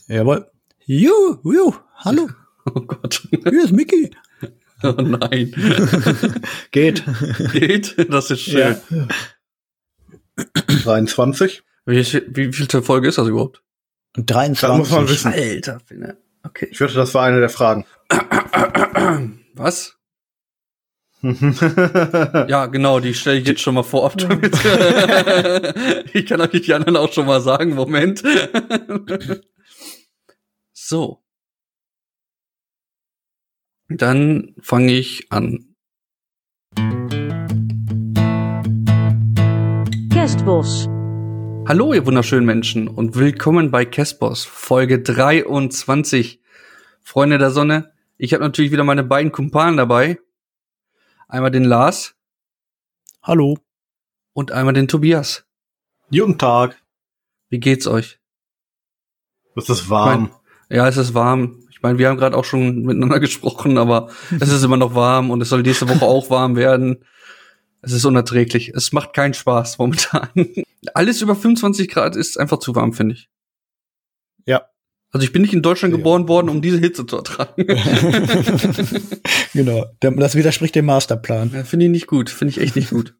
Jawohl. Hallo. Oh Gott. Hier ist Mickey. Oh nein. Geht. Geht? Das ist schön. Ja. 23. Wie vielte Folge ist das überhaupt? 23. Das muss man wissen. Alter, Finne. Okay. Ich wette, das war eine der Fragen. Was? Ja, genau, die stelle ich jetzt schon mal vorab damit. Ich kann euch die anderen auch schon mal sagen. Moment. So. Dann fange ich an. Kerstbos. Hallo, ihr wunderschönen Menschen und willkommen bei Kerstbos, Folge 23. Freunde der Sonne, ich habe natürlich wieder meine beiden Kumpanen dabei. Einmal den Lars. Hallo. Und einmal den Tobias. Guten Tag. Wie geht's euch? Es ist warm. Ja, es ist warm. Ich meine, wir haben gerade auch schon miteinander gesprochen, aber es ist immer noch warm und es soll nächste Woche auch warm werden. Es ist unerträglich. Es macht keinen Spaß momentan. Alles über 25 Grad ist einfach zu warm, finde ich. Ja. Also ich bin nicht in Deutschland geboren worden, um diese Hitze zu ertragen. Genau. Das widerspricht dem Masterplan. Ja, finde ich nicht gut. Finde ich echt nicht gut.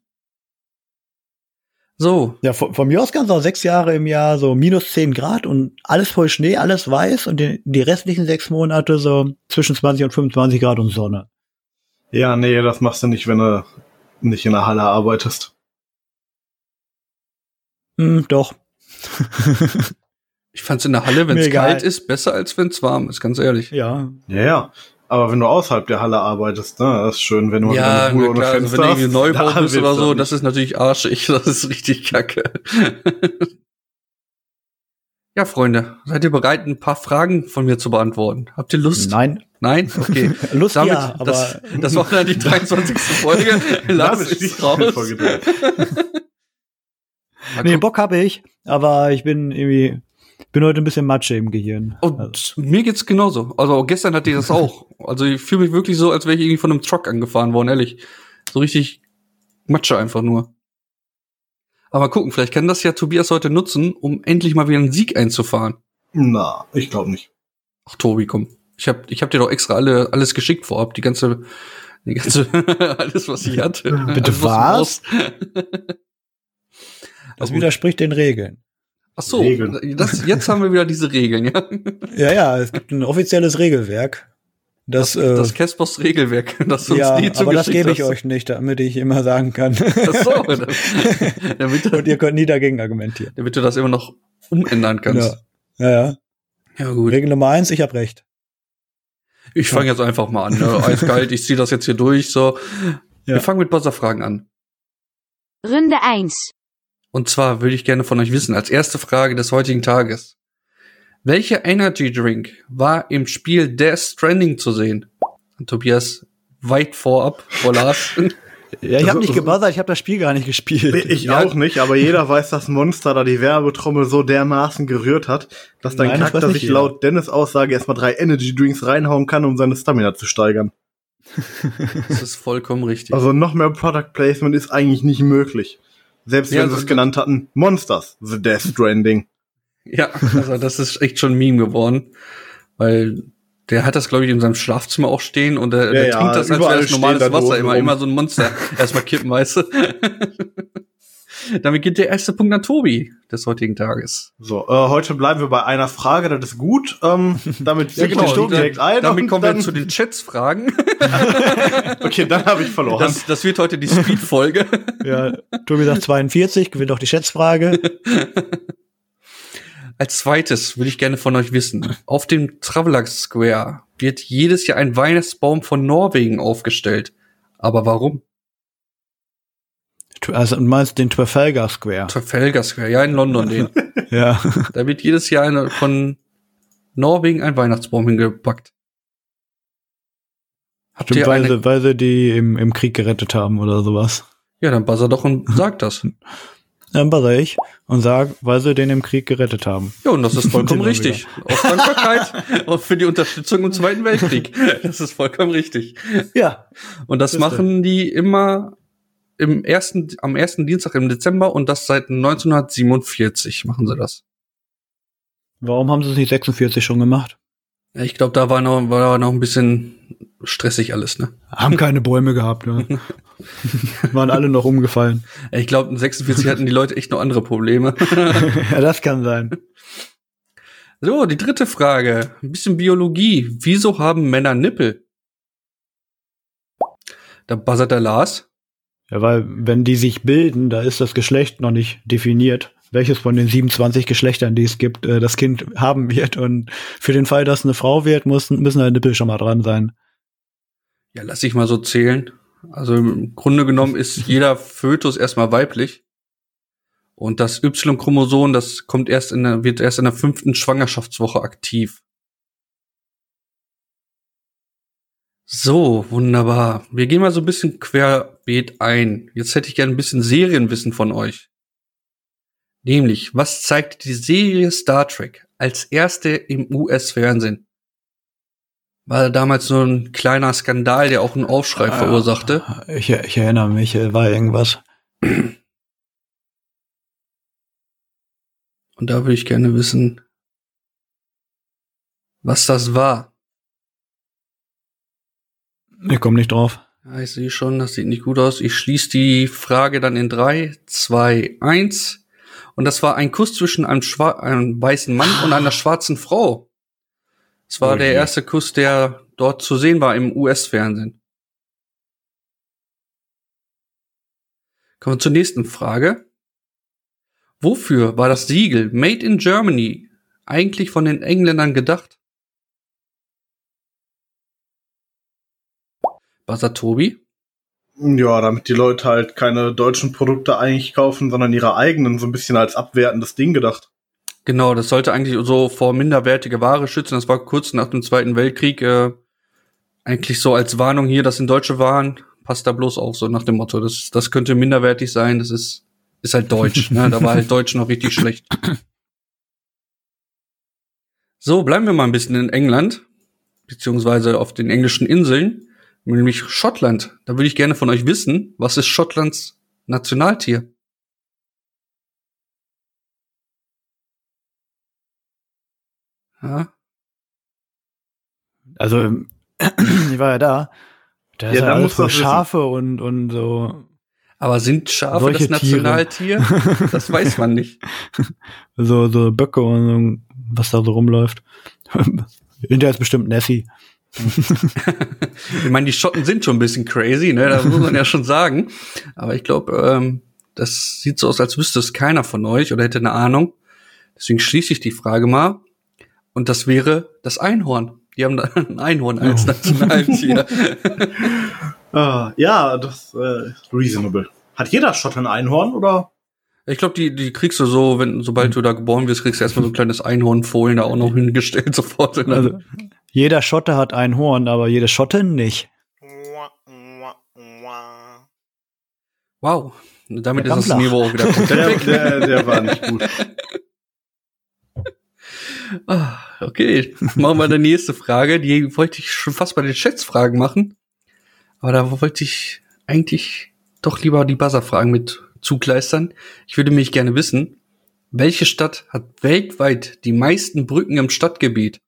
So. Ja, von mir aus kannst du auch 6 Jahre im Jahr so minus 10 Grad und alles voll Schnee, alles weiß und die restlichen 6 Monate so zwischen 20 und 25 Grad und Sonne. Ja, nee, das machst du nicht, wenn du nicht in der Halle arbeitest. Doch. Ich fand's in der Halle, wenn es kalt ist, besser als wenn es warm ist, ganz ehrlich. Ja. Ja. Aber wenn du außerhalb der Halle arbeitest, ne, das ist schön, wenn du ja, eine Ruhe ohne klar, Fenster also wenn du irgendwie Neubau bist oder so, nicht. das ist natürlich arschig, das ist richtig kacke. Ja, Freunde, seid ihr bereit, ein paar Fragen von mir zu beantworten? Habt ihr Lust? Nein. Nein? Okay. Lust damit, ja, aber das war dann die 23. Folge. Lars ist raus. Nee, Bock habe ich, aber ich bin heute ein bisschen Matsche im Gehirn. Und mir geht's genauso. Also gestern hatte ich das auch. Also ich fühle mich wirklich so, als wäre ich irgendwie von einem Truck angefahren worden, ehrlich. So richtig Matsche einfach nur. Aber mal gucken, vielleicht kann das ja Tobias heute nutzen, um endlich mal wieder einen Sieg einzufahren. Na, ich glaube nicht. Ach, Tobi, komm. Ich hab dir doch extra alles geschickt vorab, die ganze alles, was ich hatte. Bitte alles, was? Das widerspricht den Regeln. Ach so, jetzt haben wir wieder diese Regeln, ja? Ja, es gibt ein offizielles Regelwerk. Das Kerstbos-Regelwerk, das uns ja, nie zugeschickt aber das gebe ich hast. euch nicht, damit ich immer sagen kann. Ach so, und ihr könnt nie dagegen argumentieren. Damit du das immer noch umändern kannst. Ja. Ja, gut. Regel Nummer 1, ich habe recht. Ich fange jetzt einfach mal an. Ne? Eiskalt, ich ziehe das jetzt hier durch. So, ja. Wir fangen mit Buzzer-Fragen an. Runde 1. Und zwar würde ich gerne von euch wissen, als erste Frage des heutigen Tages. Welcher Energy Drink war im Spiel Death Stranding zu sehen? Und Tobias weit vor Lars. Ja, ich habe nicht gebuzzert, ich habe das Spiel gar nicht gespielt. Ich auch nicht, aber jeder weiß, dass Monster da die Werbetrommel so dermaßen gerührt hat, dass dein Charakter sich laut Dennis Aussage erstmal 3 Energy Drinks reinhauen kann, um seine Stamina zu steigern. Das ist vollkommen richtig. Also noch mehr Product Placement ist eigentlich nicht möglich. Selbst wenn sie es genannt hatten, Monsters, The Death Stranding. Ja, also das ist echt schon ein Meme geworden, weil der hat das, glaube ich, in seinem Schlafzimmer auch stehen und der trinkt das, als wäre das normales Wasser, immer so ein Monster. Erstmal kippen, weißt du. Damit geht der erste Punkt an Tobi des heutigen Tages. So, heute bleiben wir bei einer Frage, das ist gut. Damit direkt ein. Damit kommen wir zu den Chats-Fragen. Okay, dann habe ich verloren. Das wird heute die Speed-Folge. Ja, Tobi sagt 42, gewinnt auch die Schätzfrage. Als zweites würde ich gerne von euch wissen, auf dem Traveler Square wird jedes Jahr ein Weihnachtsbaum von Norwegen aufgestellt. Aber warum? Also du meinst den Trafalgar Square? Trafalgar Square, ja, in London den. Ja. Da wird jedes Jahr von Norwegen ein Weihnachtsbaum hingepackt. Stimmt, weil sie die im Krieg gerettet haben oder sowas. Ja, dann buzzer doch und sag das. Dann buzzer ich und sag, weil sie den im Krieg gerettet haben. Ja, und das ist vollkommen richtig. Aus Dankbarkeit und für die Unterstützung im Zweiten Weltkrieg. Das ist vollkommen richtig. Ja. Und das machen die immer am ersten Dienstag im Dezember und das seit 1947 machen sie das. Warum haben sie es nicht 46 schon gemacht? Ja, ich glaube, da war noch ein bisschen stressig alles, ne? Haben keine Bäume gehabt, ja. Waren alle noch umgefallen. Ich glaube, in 46 hatten die Leute echt noch andere Probleme. Ja, das kann sein. So, die dritte Frage. Ein bisschen Biologie. Wieso haben Männer Nippel? Da buzzert der Lars. Ja, weil wenn die sich bilden, da ist das Geschlecht noch nicht definiert, welches von den 27 Geschlechtern, die es gibt, das Kind haben wird. Und für den Fall, dass eine Frau wird, müssen halt Nippel schon mal dran sein. Ja, lass ich mal so zählen. Also im Grunde genommen ist jeder Fötus erstmal weiblich. Und das Y-Chromosom, das wird erst in der 5. Schwangerschaftswoche aktiv. So, wunderbar. Wir gehen mal so ein bisschen querbeet ein. Jetzt hätte ich gerne ein bisschen Serienwissen von euch. Nämlich, was zeigt die Serie Star Trek als erste im US-Fernsehen? War damals so ein kleiner Skandal, der auch einen Aufschrei verursachte. Ich erinnere mich, war irgendwas. Und da würde ich gerne wissen, was das war. Ich komme nicht drauf. Ja, ich sehe schon, das sieht nicht gut aus. Ich schließe die Frage dann in 3, 2, 1. Und das war ein Kuss zwischen einem weißen Mann und einer schwarzen Frau. Es war der erste Kuss, der dort zu sehen war im US-Fernsehen. Kommen wir zur nächsten Frage. Wofür war das Siegel Made in Germany eigentlich von den Engländern gedacht? Buzzer Tobi? Ja, damit die Leute halt keine deutschen Produkte eigentlich kaufen, sondern ihre eigenen, so ein bisschen als abwertendes Ding gedacht. Genau, das sollte eigentlich so vor minderwertige Ware schützen. Das war kurz nach dem Zweiten Weltkrieg eigentlich so als Warnung hier, das sind deutsche Waren, passt da bloß auf, so nach dem Motto. Das könnte minderwertig sein, das ist halt deutsch, ne? Da war halt Deutsch noch richtig schlecht. So, bleiben wir mal ein bisschen in England, beziehungsweise auf den englischen Inseln, nämlich Schottland. Da würde ich gerne von euch wissen, was ist Schottlands Nationaltier? Ja. Also, ich war ja da. Da ist ja alles so Schafe und so. Aber sind Schafe das Nationaltier? Das weiß man nicht. So Böcke und was da so rumläuft. Hinterher ist bestimmt Nessie. Ich meine, die Schotten sind schon ein bisschen crazy, ne? Das muss man ja schon sagen. Aber ich glaube, das sieht so aus, als wüsste es keiner von euch oder hätte eine Ahnung. Deswegen schließe ich die Frage mal. Und das wäre das Einhorn. Die haben da ein Einhorn als Nationaltier. Ja, das ist reasonable. Hat jeder Schotte ein Einhorn, oder? Ich glaube, die kriegst du so, sobald du da geboren wirst, kriegst du erstmal so ein kleines Einhornfohlen da auch noch hingestellt sofort. Also, jeder Schotte hat ein Horn, aber jede Schottin nicht. Wow. Damit ist das Niveau auch wieder komplett weg. Der war nicht gut. Okay, machen wir die nächste Frage. Die wollte ich schon fast bei den Schätzfragen machen. Aber da wollte ich eigentlich doch lieber die Buzzer-Fragen mit zukleistern. Ich würde mich gerne wissen, welche Stadt hat weltweit die meisten Brücken im Stadtgebiet?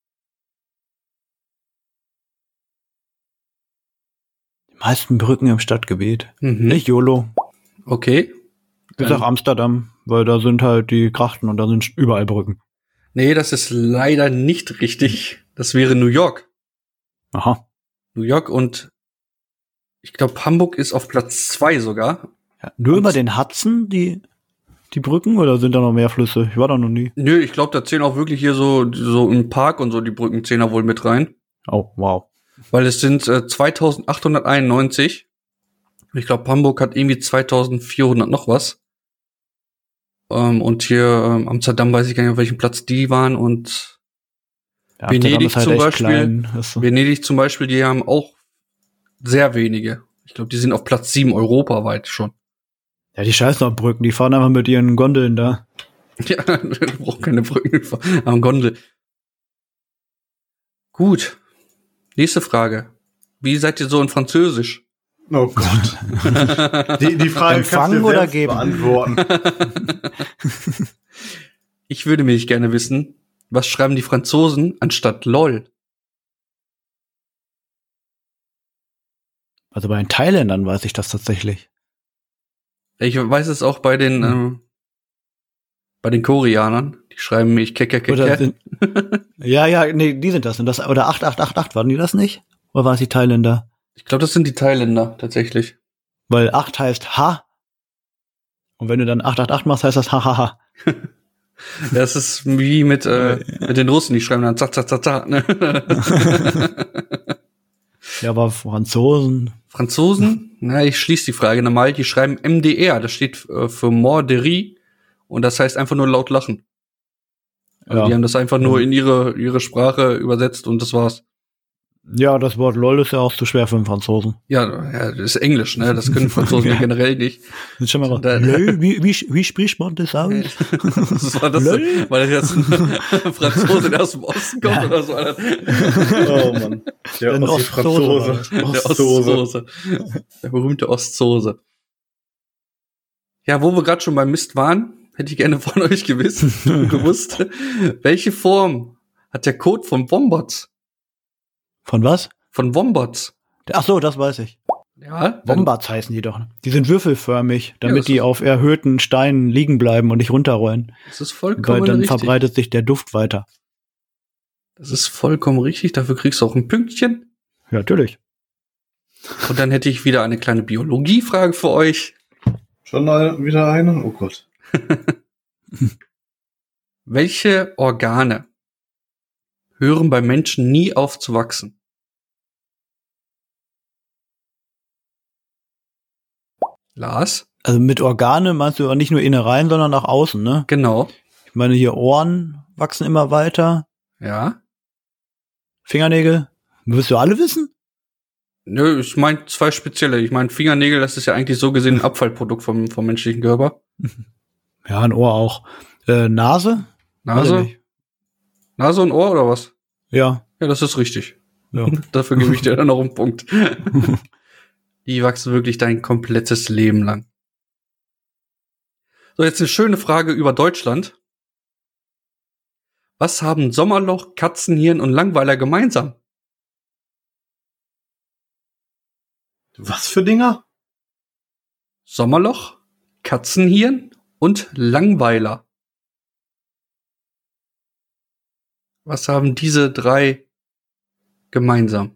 Die meisten Brücken im Stadtgebiet? Nicht YOLO. Okay. Ich sag Amsterdam, weil da sind halt die Grachten und da sind überall Brücken. Nee, das ist leider nicht richtig. Das wäre New York. Aha. New York und ich glaube, Hamburg ist auf Platz 2 sogar. Ja, nur über den Hudson, die Brücken, oder sind da noch mehr Flüsse? Ich war da noch nie. Nö, ich glaube, da zählen auch wirklich hier so im Park und so die Brücken zählen da wohl mit rein. Oh, wow. Weil es sind 2891. Ich glaube, Hamburg hat irgendwie 2400 noch was. Und hier Amsterdam weiß ich gar nicht, auf welchem Platz die waren. Und ja, Venedig halt zum Beispiel. Klein, Venedig zum Beispiel, die haben auch sehr wenige. Ich glaube, die sind auf Platz 7 europaweit schon. Ja, die scheißen auf Brücken, die fahren einfach mit ihren Gondeln da. Ja, du brauchst keine Brücken, am Gondel. Gut. Nächste Frage. Wie seid ihr so in Französisch? Oh Gott. Die Frage Empfangen kannst du oder selbst geben? Beantworten. Ich würde nämlich gerne wissen, was schreiben die Franzosen anstatt LOL? Also bei den Thailändern weiß ich das tatsächlich. Ich weiß es auch bei den Koreanern. Die schreiben mich Oder ja, nee, die sind das. Oder 8888, waren die das nicht? Oder waren es die Thailänder? Ich glaube, das sind die Thailänder, tatsächlich. Weil 8 heißt Ha. Und wenn du dann 888 machst, heißt das Ha. Das ist wie mit den Russen, die schreiben dann zack, ne? Ja, aber Franzosen? Na, ich schließe die Frage nochmal. Die schreiben MDR, das steht für Morderie und das heißt einfach nur laut lachen. Also die haben das einfach nur in ihre Sprache übersetzt und das war's. Ja, das Wort LOL ist ja auch zu schwer für einen Franzosen. Ja, das ist Englisch, ne? Das können Franzosen ja generell nicht. Jetzt schon mal raus. Wie spricht man das aus? Was war das denn? Weil das jetzt ein Franzose, der aus dem Osten kommt oder so? Oh Mann. Der Ostfranzose. Der Ostsoße. Der berühmte Ostsoße. Ja, wo wir gerade schon beim Mist waren, hätte ich gerne von euch gewusst, welche Form hat der Code von Wombats? Von was? Von Wombats. Ach so, das weiß ich. Ja. Wombats heißen die doch. Die sind würfelförmig, damit die auf erhöhten Steinen liegen bleiben und nicht runterrollen. Das ist vollkommen richtig. Weil dann richtig. verbreitet sich der Duft weiter. Das ist vollkommen richtig. Dafür kriegst du auch ein Pünktchen. Ja, natürlich. Und dann hätte ich wieder eine kleine Biologiefrage für euch. Schon mal wieder eine? Oh Gott. Welche Organe hören bei Menschen nie auf zu wachsen? Lars? Also mit Organe meinst du auch nicht nur Innereien, sondern auch außen, ne? Genau. Ich meine, hier Ohren wachsen immer weiter. Ja. Fingernägel? Willst du alle wissen? Nö, ich meine zwei spezielle. Ich meine Fingernägel, das ist ja eigentlich so gesehen ein Abfallprodukt vom menschlichen Körper. Ja, ein Ohr auch. Nase? Nase und Ohr oder was? Ja. Ja, das ist richtig. Ja. Dafür gebe ich dir dann noch einen Punkt. Die wachsen wirklich dein komplettes Leben lang. So, jetzt eine schöne Frage über Deutschland. Was haben Sommerloch, Katzenhirn und Langweiler gemeinsam? Was für Dinger? Sommerloch, Katzenhirn und Langweiler. Was haben diese drei gemeinsam?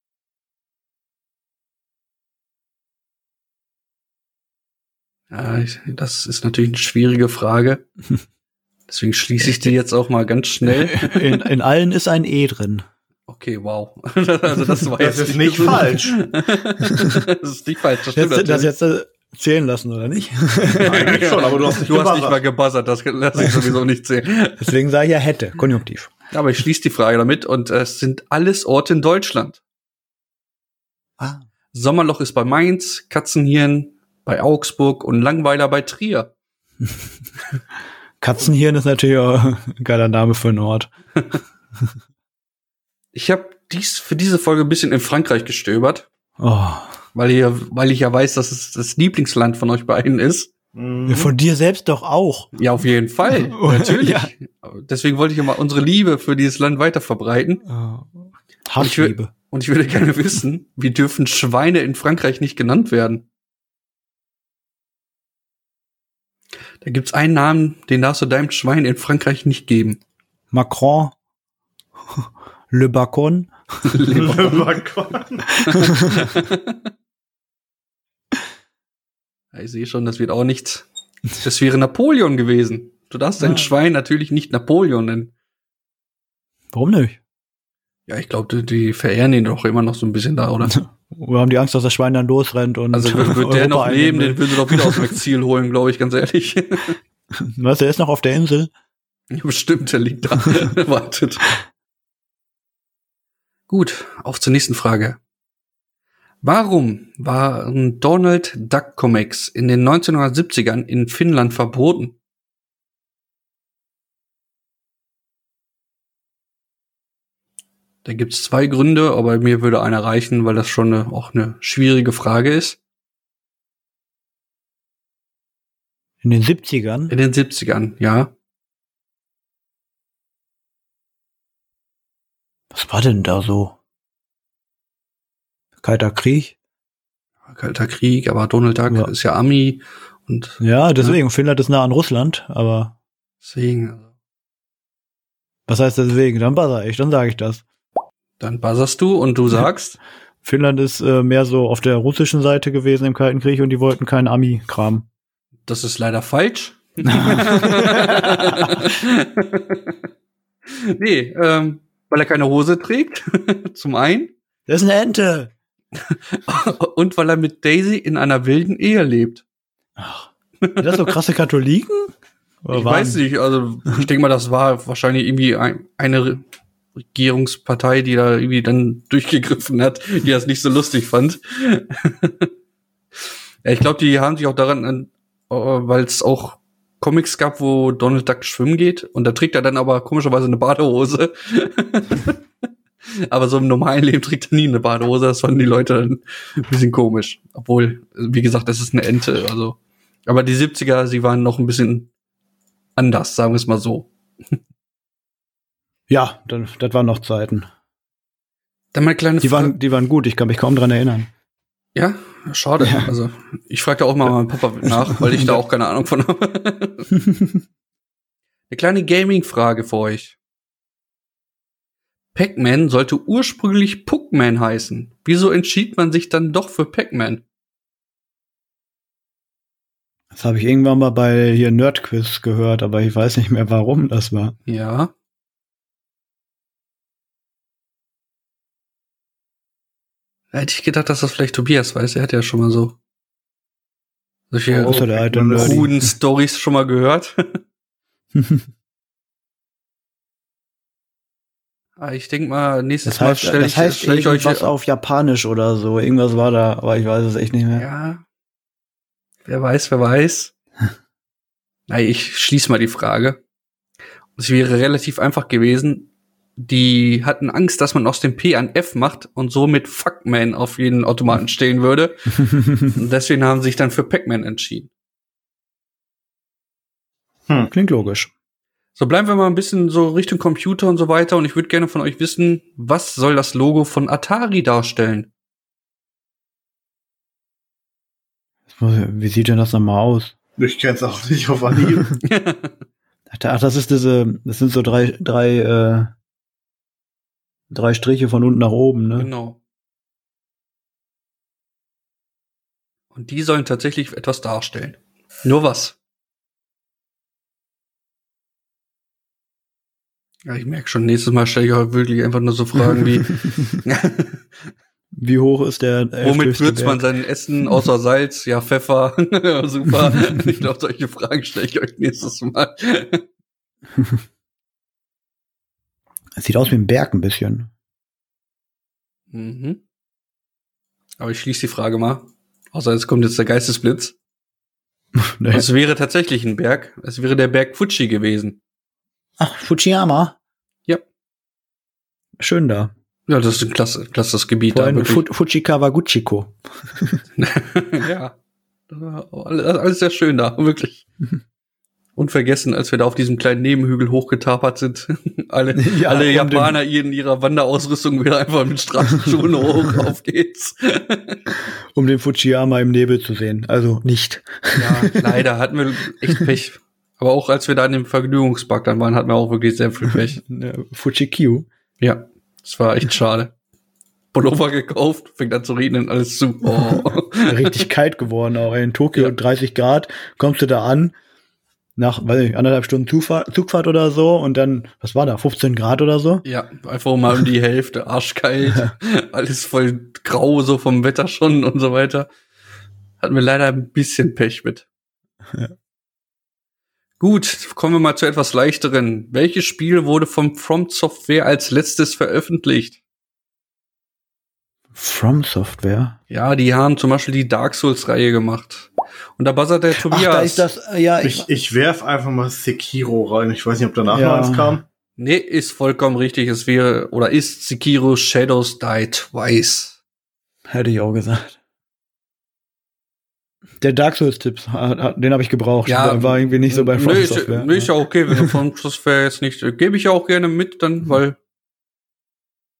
Ja, das ist natürlich eine schwierige Frage. Deswegen schließe ich die jetzt auch mal ganz schnell. In allen ist ein E drin. Okay, wow. Also das war das jetzt ist nicht falsch. Das ist nicht falsch. Das stimmt das jetzt zählen lassen, oder nicht? Eigentlich schon, aber du hast nicht mal gebuzzert. Das lasse ich sowieso nicht zählen. Deswegen sage ich ja hätte, Konjunktiv. Aber ich schließe die Frage damit und es sind alles Orte in Deutschland. Ah. Sommerloch ist bei Mainz, Katzenhirn bei Augsburg und Langweiler bei Trier. Katzenhirn ist natürlich auch ein geiler Name für einen Ort. Ich habe für diese Folge ein bisschen in Frankreich gestöbert. Oh. Weil ich ja weiß, dass es das Lieblingsland von euch beiden ist. Ja, von dir selbst doch auch. Ja, auf jeden Fall. Natürlich. Ja. Deswegen wollte ich ja mal unsere Liebe für dieses Land weiter verbreiten. Hassliebe. Und ich würde gerne wissen, wie dürfen Schweine in Frankreich nicht genannt werden? Da gibt's einen Namen, den darfst du deinem Schwein in Frankreich nicht geben. Macron. Le Bacon. Le Bacon. Ich sehe schon, das wird auch nichts. Das wäre Napoleon gewesen. Du darfst dein Schwein natürlich nicht Napoleon nennen. Warum nicht? Ja, ich glaube, die verehren ihn doch immer noch so ein bisschen da, oder? Wir haben die Angst, dass das Schwein dann losrennt und also wird der noch leben, den würden sie doch wieder aus dem Exil holen, glaube ich, ganz ehrlich. Was, der ist noch auf der Insel? Ja, bestimmt, der liegt da. Wartet. Gut, auf zur nächsten Frage. Warum waren Donald Duck Comics in den 1970ern in Finnland verboten? Da gibt's zwei Gründe, aber mir würde einer reichen, weil das schon auch eine schwierige Frage ist. In den 70ern? In den 70ern, ja. Was war denn da so? Kalter Krieg? Kalter Krieg, aber Donald Duck ist ja Ami und. Ja, deswegen. Finnland ist nah an Russland, aber. Deswegen. Was heißt deswegen? Dann buzzer ich, dann sage ich das. Dann buzzerst du und du sagst? Finnland ist mehr so auf der russischen Seite gewesen im Kalten Krieg und die wollten keinen Ami-Kram. Das ist leider falsch. Nee, weil er keine Hose trägt, zum einen. Das ist eine Ente. Und weil er mit Daisy in einer wilden Ehe lebt. Ach, sind das so krasse Katholiken? Ich weiß nicht, also ich denke mal, das war wahrscheinlich irgendwie eine Regierungspartei, die da irgendwie dann durchgegriffen hat, die das nicht so lustig fand. Ja, ich glaube, die haben sich auch daran, weil es auch Comics gab, wo Donald Duck schwimmen geht und da trägt er dann aber komischerweise eine Badehose. Aber so im normalen Leben trägt er nie eine Badehose. Das fanden die Leute dann ein bisschen komisch. Obwohl, wie gesagt, das ist eine Ente. Also, aber die 70er, sie waren noch ein bisschen anders, sagen wir es mal so. Ja, das waren noch Zeiten. Dann mal kleine die waren gut, ich kann mich kaum dran erinnern. Ja, schade. Ja. Also, ich fragte auch mal meinen Papa nach, weil ich da auch keine Ahnung von habe. Eine kleine Gaming-Frage für euch. Pac-Man sollte ursprünglich Puckman heißen. Wieso entschied man sich dann doch für Pac-Man? Das habe ich irgendwann mal bei hier Nerdquiz gehört, aber ich weiß nicht mehr, warum das war. Ja. Da hätte ich gedacht, dass das vielleicht Tobias weiß. Er hat ja schon mal so solche kruden Storys schon mal gehört. Ich denke mal, nächstes Mal stelle ich euch was auf Japanisch oder so. Irgendwas war da, aber ich weiß es echt nicht mehr. Ja. Wer weiß. Na, ich schließe mal die Frage. Es wäre relativ einfach gewesen. Die hatten Angst, dass man aus dem P ein F macht und somit Fuckman auf jeden Automaten stehen würde. Und deswegen haben sie sich dann für Pac-Man entschieden. Klingt logisch. So, bleiben wir mal ein bisschen so Richtung Computer und so weiter. Und ich würde gerne von euch wissen, was soll das Logo von Atari darstellen? Wie sieht denn das nochmal aus? Ich kenn's auch nicht auf Anhieb. Ach, das sind so drei Striche von unten nach oben, ne? Genau. Und die sollen tatsächlich etwas darstellen. Nur was? Ja, ich merke schon, nächstes Mal stelle ich auch wirklich einfach nur so Fragen wie wie hoch ist der womit würzt man sein Essen außer Salz? Ja, Pfeffer. Super. Ich glaube, solche Fragen stelle ich euch nächstes Mal. Es sieht aus wie ein Berg ein bisschen. Mhm. Aber ich schließe die Frage mal. Außer jetzt kommt jetzt der Geistesblitz. Nee. Es wäre tatsächlich ein Berg. Es wäre der Berg Fuji gewesen. Ach, Fujiyama? Ja. Schön da. Ja, das ist ein klasses Gebiet. Vor allem Fujikawaguchiko. Ja. Alles sehr schön da, wirklich. Unvergessen, als wir da auf diesem kleinen Nebenhügel hochgetapert sind. alle Japaner in ihrer Wanderausrüstung wieder einfach mit Straßenschuhen hoch, auf geht's. Um den Fujiyama im Nebel zu sehen. Also nicht. Ja, leider hatten wir echt Pech. Aber auch als wir da in dem Vergnügungspark dann waren, hatten wir auch wirklich sehr viel Pech. Fuji-Q. Ja, das war echt schade. Pullover gekauft, fängt an zu regnen, alles zu. Oh. Richtig kalt geworden auch. In Tokio 30 Grad, kommst du da an, nach, weiß ich, 1,5 Stunden Zugfahrt oder so und dann, was war da, 15 Grad oder so? Ja, einfach mal um die Hälfte, arschkalt, alles voll grau so vom Wetter schon und so weiter. Hatten wir leider ein bisschen Pech mit. Ja. Gut, kommen wir mal zu etwas leichteren. Welches Spiel wurde von From Software als letztes veröffentlicht? From Software? Ja, die haben zum Beispiel die Dark Souls-Reihe gemacht. Und da buzzert der Tobias. Ach, da ist das, ja. Ich werf einfach mal Sekiro rein. Ich weiß nicht, ob danach noch eins kam. Nee, ist vollkommen richtig. Es wäre, oder ist Sekiro Shadows Die Twice. Hätte ich auch gesagt. Der Dark Souls-Tipp, den habe ich gebraucht. Ja, war irgendwie nicht so bei From Software. Nee, ist ja okay, wenn du From Software jetzt nicht, gebe ich ja auch gerne mit, dann, weil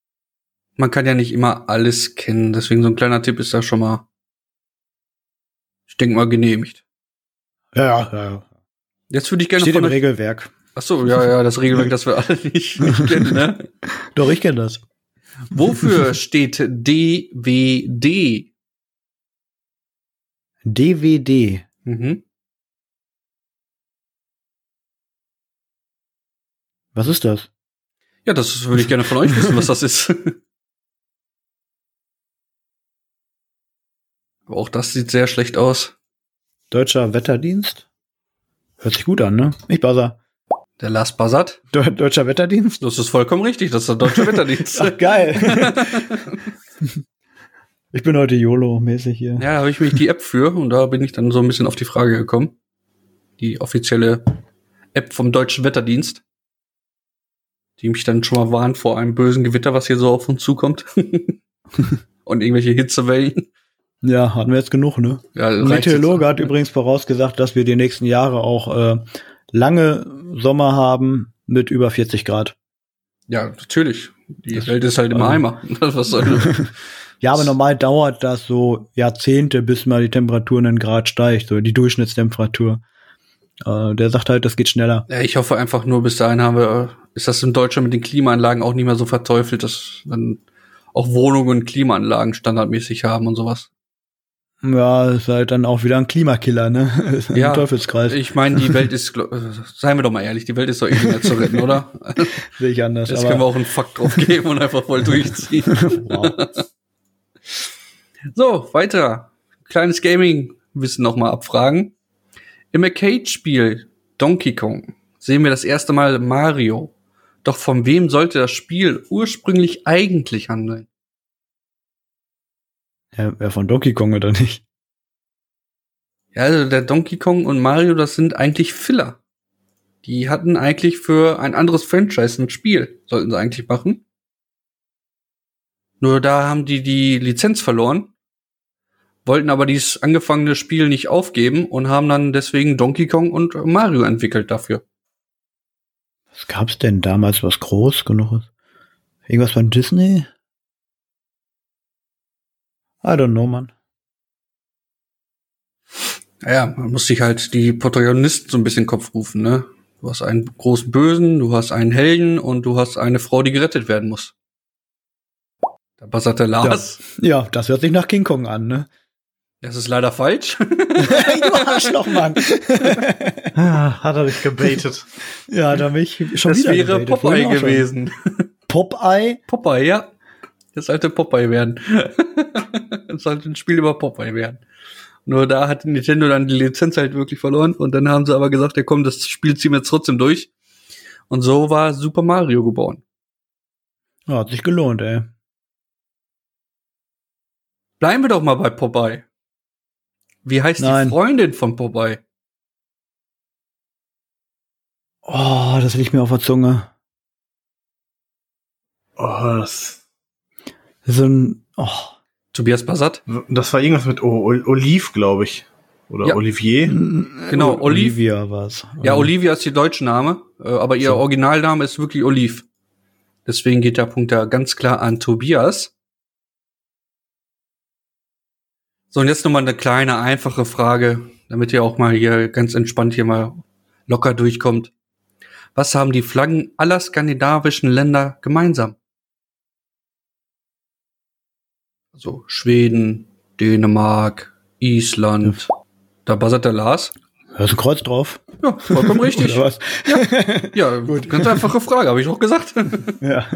man kann ja nicht immer alles kennen. Deswegen so ein kleiner Tipp ist da schon mal, ich denke mal, genehmigt. Ja. Jetzt würde ich gerne Steht im Regelwerk. Ach so, ja, das Regelwerk, das wir alle nicht kennen, ne? Doch, ich kenne das. Wofür steht DVD? DVD. Mhm. Was ist das? Ja, das würde ich gerne von euch wissen, was das ist. Aber auch das sieht sehr schlecht aus. Deutscher Wetterdienst? Hört sich gut an, ne? Ich buzzer. Der Lars buzzert. Deutscher Wetterdienst? Das ist vollkommen richtig, das ist der Deutsche Wetterdienst. Ach, geil. Ich bin heute YOLO-mäßig hier. Ja, da habe ich mich die App für und da bin ich dann so ein bisschen auf die Frage gekommen. Die offizielle App vom Deutschen Wetterdienst. Die mich dann schon mal warnt vor einem bösen Gewitter, was hier so auf uns zukommt. Und irgendwelche Hitzewellen. Ja, hatten wir jetzt genug, ne? Ja, ein Meteorologe hat übrigens vorausgesagt, dass wir die nächsten Jahre auch lange Sommer haben mit über 40 Grad. Ja, natürlich. Die Welt ist halt im Eimer. Was soll das? Ja, aber normal dauert das so Jahrzehnte, bis mal die Temperatur einen Grad steigt, so die Durchschnittstemperatur. Der sagt halt, das geht schneller. Ja, ich hoffe einfach nur, bis dahin ist das in Deutschland mit den Klimaanlagen auch nicht mehr so verteufelt, dass dann auch Wohnungen Klimaanlagen standardmäßig haben und sowas. Ja, ist halt dann auch wieder ein Klimakiller, ne? Ist ein Teufelskreis. Ich meine, die Welt ist, seien wir doch mal ehrlich, die Welt ist doch eh nicht mehr zu retten, oder? Sehe ich anders. Jetzt können wir auch einen Fakt drauf geben und einfach voll durchziehen. Wow. So, weiter. Kleines Gaming-Wissen nochmal abfragen. Im Arcade-Spiel Donkey Kong sehen wir das erste Mal Mario. Doch von wem sollte das Spiel ursprünglich eigentlich handeln? Ja, von Donkey Kong oder nicht? Ja, also der Donkey Kong und Mario, das sind eigentlich Filler. Die hatten eigentlich für ein anderes Franchise ein Spiel, sollten sie eigentlich machen. Nur da haben die Lizenz verloren, wollten aber dieses angefangene Spiel nicht aufgeben und haben dann deswegen Donkey Kong und Mario entwickelt dafür. Was gab's denn damals, was groß genug ist? Irgendwas von Disney? I don't know, man. Ja, man muss sich halt die Protagonisten so ein bisschen in den Kopf rufen, ne? Du hast einen großen Bösen, du hast einen Helden und du hast eine Frau, die gerettet werden muss. Da buzzert der Lars. Ja, das hört sich nach King Kong an, ne? Das ist leider falsch. Du Arschloch, Mann. Hat er dich gebaitet. Ja, hat er mich schon das wieder wäre gebaitet. Popeye gewesen. Popeye? Popeye, ja. Das sollte Popeye werden. Das sollte ein Spiel über Popeye werden. Nur da hat Nintendo dann die Lizenz halt wirklich verloren und dann haben sie aber gesagt, ja komm, das Spiel ziehen wir jetzt trotzdem durch. Und so war Super Mario geboren. Ja, hat sich gelohnt, ey. Bleiben wir doch mal bei Popeye. Wie heißt die Freundin von Popeye? Oh, das liegt mir auf der Zunge. Oh, das So ein, Tobias Bassat? Das war irgendwas mit Olive, glaube ich. Oder ja. Olivier. Genau, Olivia war's. Ja, Olivia ist ihr deutscher Name, aber ihr Originalname ist wirklich Olive. Deswegen geht der Punkt da ganz klar an Tobias. So, und jetzt nochmal eine kleine, einfache Frage, damit ihr auch mal hier ganz entspannt hier mal locker durchkommt. Was haben die Flaggen aller skandinavischen Länder gemeinsam? Also Schweden, Dänemark, Island. Da buzzert der Lars. Da ist ein Kreuz drauf. Ja, vollkommen richtig. Oder was? Ja, gut. Ganz einfache Frage, habe ich auch gesagt. Ja.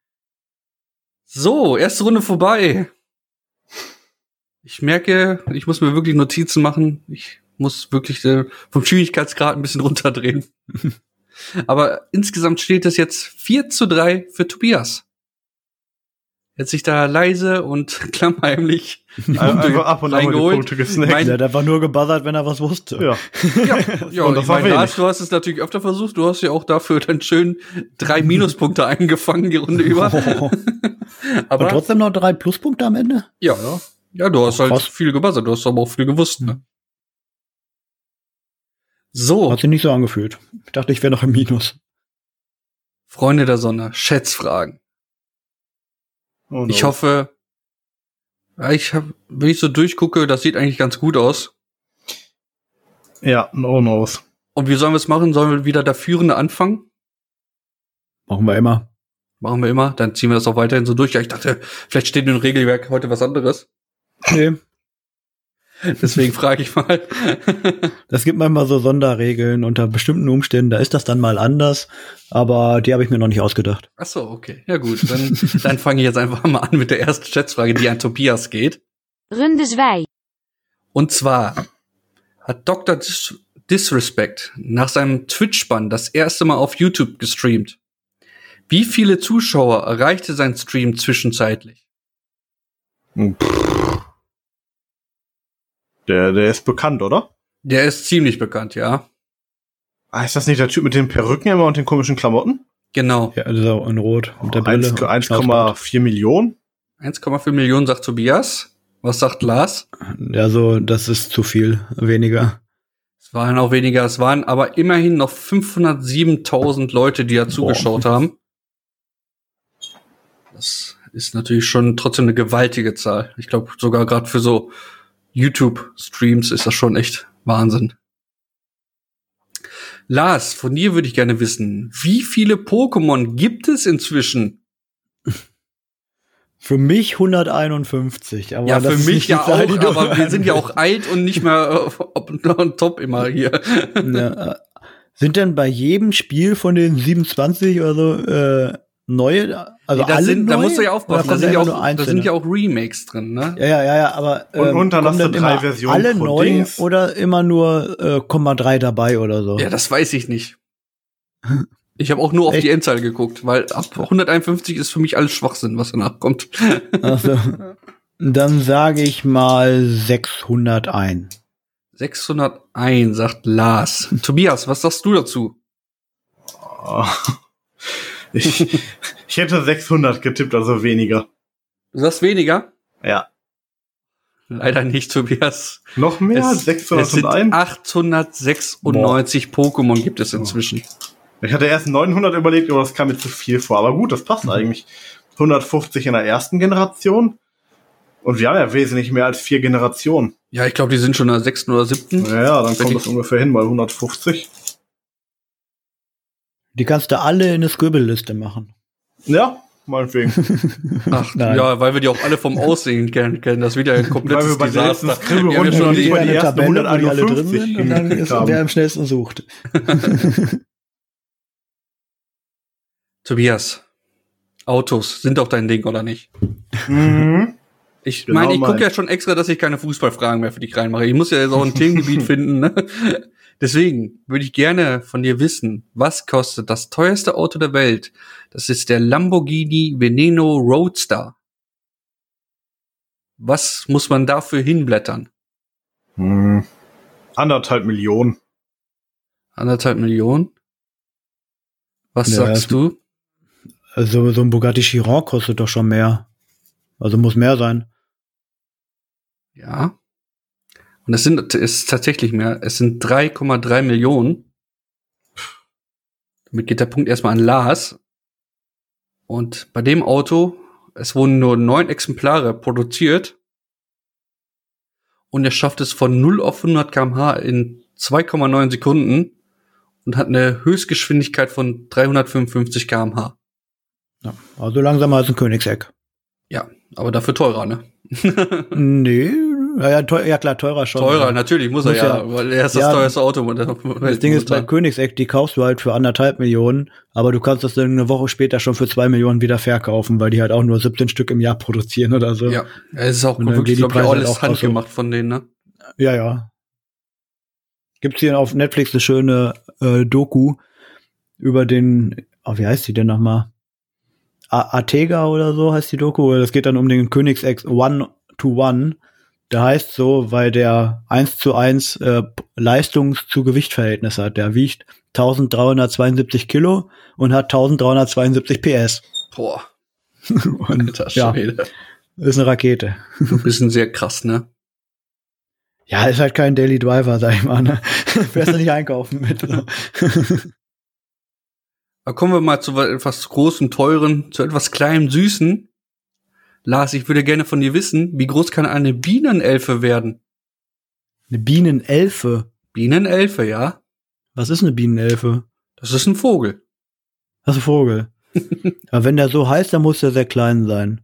So, erste Runde vorbei. Ich merke, ich muss mir wirklich Notizen machen. Ich muss wirklich vom Schwierigkeitsgrad ein bisschen runterdrehen. Aber insgesamt steht es jetzt 4:3 für Tobias. Jetzt sich da leise und klammheimlich einfach ab und an die Punkte gesnackt. Der hat einfach nur gebuzzert, wenn er was wusste. Ja, und ich meine, Lars, du hast es natürlich öfter versucht. Du hast ja auch dafür dann schön 3 Minuspunkte eingefangen die Runde über. Aber trotzdem noch 3 Pluspunkte am Ende? Ja, du hast halt viel gebuzzert. Du hast aber auch viel gewusst, ne? So. Hat sich nicht so angefühlt. Ich dachte, ich wäre noch im Minus. Freunde der Sonne, Schätzfragen. Oh no. Ich hoffe, wenn ich so durchgucke, das sieht eigentlich ganz gut aus. Ja, no knows. Und wie sollen wir es machen? Sollen wir wieder der Führende anfangen? Machen wir immer. Machen wir immer. Dann ziehen wir das auch weiterhin so durch. Ja, ich dachte, vielleicht steht im Regelwerk heute was anderes. Nee. Deswegen frage ich mal. Es gibt manchmal so Sonderregeln unter bestimmten Umständen, da ist das dann mal anders, aber die habe ich mir noch nicht ausgedacht. Ach so, okay. Ja gut, dann fange ich jetzt einfach mal an mit der ersten Schätzfrage, die an Tobias geht. Runde 2. Und zwar hat Dr. Disrespect nach seinem Twitch-Bann das erste Mal auf YouTube gestreamt. Wie viele Zuschauer erreichte sein Stream zwischenzeitlich? Der ist bekannt, oder? Der ist ziemlich bekannt, ja. Ah, ist das nicht der Typ mit den Perücken immer und den komischen Klamotten? Genau. Ja, also in Rot mit der Brille. 1,4 Millionen? 1,4 Millionen sagt Tobias. Was sagt Lars? Ja, so, das ist zu viel, weniger. Es waren auch weniger, es waren aber immerhin noch 507.000 Leute, die da zugeschaut haben. Das ist natürlich schon trotzdem eine gewaltige Zahl. Ich glaube, sogar gerade für so YouTube-Streams ist das schon echt Wahnsinn. Lars, von dir würde ich gerne wissen, wie viele Pokémon gibt es inzwischen? Für mich 151. Aber ja, das für ist mich nicht die ja Zahl, auch, die du aber wir sind ja auch alt und nicht mehr on top immer hier. Ja, sind denn bei jedem Spiel von den 27 oder so neue? Also nee, alle neu? Da musst du ja aufpassen, da sind ja auch Remakes drin, ne? Ja, aber und dann hast du 3 Versionen alle pro neu Dings. oder immer nur 0,3 dabei oder so? Ja, das weiß ich nicht. Ich habe auch nur auf die Endzahl geguckt, weil ab 151 ist für mich alles Schwachsinn, was danach kommt. Also, dann sage ich mal 601. 601, sagt Lars. Tobias, was sagst du dazu? Oh. Ich hätte 600 getippt, also weniger. Du sagst weniger? Ja. Leider nicht, Tobias. Noch mehr als 601? Es sind 896 Pokémon gibt es inzwischen. Ich hatte erst 900 überlegt, aber das kam mir zu viel vor. Aber gut, das passt eigentlich. 150 in der ersten Generation. Und wir haben ja wesentlich mehr als 4 Generationen. Ja, ich glaube, die sind schon in der 6. oder 7. Ja, dann kommt das ungefähr hin, mal 150. Die kannst du alle in eine Scribble-Liste machen. Ja, meinetwegen. Ach, ja, weil wir die auch alle vom Aussehen kennen. Das wird ja ein komplettes weil wir bei Desaster. der Scribble Wir haben ja schon schon nicht mal die eine ersten Tabelle, wo die alle drin 151 sind und dann ist wer am schnellsten sucht. Tobias, Autos sind doch dein Ding, oder nicht? Mhm. Ich Genau meine, ich gucke ja schon extra, dass ich keine Fußballfragen mehr für dich reinmache. Ich muss ja jetzt auch ein Themengebiet finden. Ne? Deswegen würde ich gerne von dir wissen, was kostet das teuerste Auto der Welt? Das ist der Lamborghini Veneno Roadster. Was muss man dafür hinblättern? 1,5 Millionen. 1,5 Millionen? Was Ja, sagst du? Also so ein Bugatti Chiron kostet doch schon mehr. Also muss mehr sein. Ja. Und es ist tatsächlich mehr. Es sind 3,3 Millionen. Damit geht der Punkt erstmal an Lars. Und bei dem Auto, es wurden nur 9 Exemplare produziert. Und er schafft es von 0 auf 100 km/h in 2,9 Sekunden und hat eine Höchstgeschwindigkeit von 355 km/h. Ja, also langsamer als ein Königseck. Ja, aber dafür teurer, ne? Nee, ja, klar, teurer schon. Teurer, ja. natürlich muss er ja, weil er ist das teuerste Auto. Das Ding ist, bei Königseck, die kaufst du halt für 1,5 Millionen, aber du kannst das dann eine Woche später schon für 2 Millionen wieder verkaufen, weil die halt auch nur 17 Stück im Jahr produzieren oder so. Ja, es ist auch und wirklich, glaube ich, Preise alles auch handgemacht von denen, ne? Ja. Gibt's hier auf Netflix eine schöne Doku über den, wie heißt die denn nochmal? Arteaga oder so heißt die Doku. Das geht dann um den Königseck 1-to-1. Der heißt so, weil der 1:1 Leistungs- zu Gewichtverhältnis hat. Der wiegt 1372 Kilo und hat 1372 PS. Boah. Und ja, ist eine Rakete. Ein bisschen sehr krass, ne? Ja, ist halt kein Daily Driver, sag ich mal. Ne? Fährst du nicht einkaufen mit. So. Da kommen wir mal zu etwas Großem, Teuren, zu etwas Kleinem, Süßen. Lars, ich würde gerne von dir wissen, wie groß kann eine Bienenelfe werden? Eine Bienenelfe? Bienenelfe, ja. Was ist eine Bienenelfe? Das ist ein Vogel. Das ist ein Vogel. Aber wenn der so heißt, dann muss der sehr klein sein.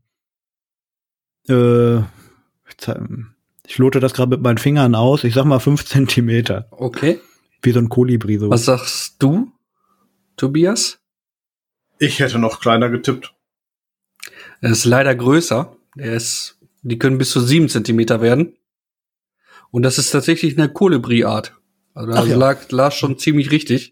Ich lote das gerade mit meinen Fingern aus. Ich sag mal 5 Zentimeter. Okay. Wie so ein Kolibri. So. Was sagst du, Tobias? Ich hätte noch kleiner getippt. Er ist leider größer. Die können bis zu 7 Zentimeter werden. Und das ist tatsächlich eine Kolibri-Art. Also da lag Lars schon ziemlich richtig.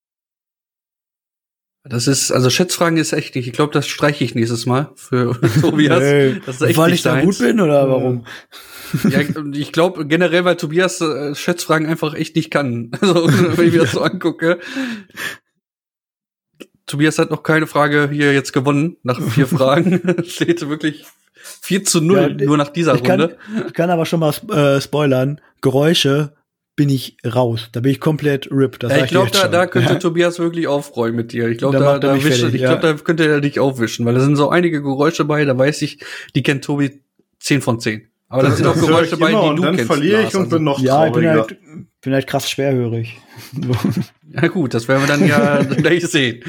Also Schätzfragen ist echt nicht. Ich glaube, das streiche ich nächstes Mal für Tobias. Nee, das ist echt weil ich da gut bin oder warum? Ja, ich glaube generell, weil Tobias Schätzfragen einfach echt nicht kann. Also wenn ich mir das so angucke. Tobias hat noch keine Frage hier jetzt gewonnen nach 4 Fragen. Steht wirklich 4-0 nur nach dieser Runde. Ich kann aber schon mal spoilern. Geräusche bin ich raus. Da bin ich komplett ripped. Ich glaube, da könnte Tobias wirklich aufräumen mit dir. Ich glaube, da könnte er dich aufwischen, weil da sind so einige Geräusche bei, da weiß ich, die kennt Tobi 10 von 10. Aber da sind auch Geräusche bei, die du kennst. Dann verliere ich und bin noch trauriger. Ich bin halt krass schwerhörig. Ja gut, das werden wir dann ja gleich sehen.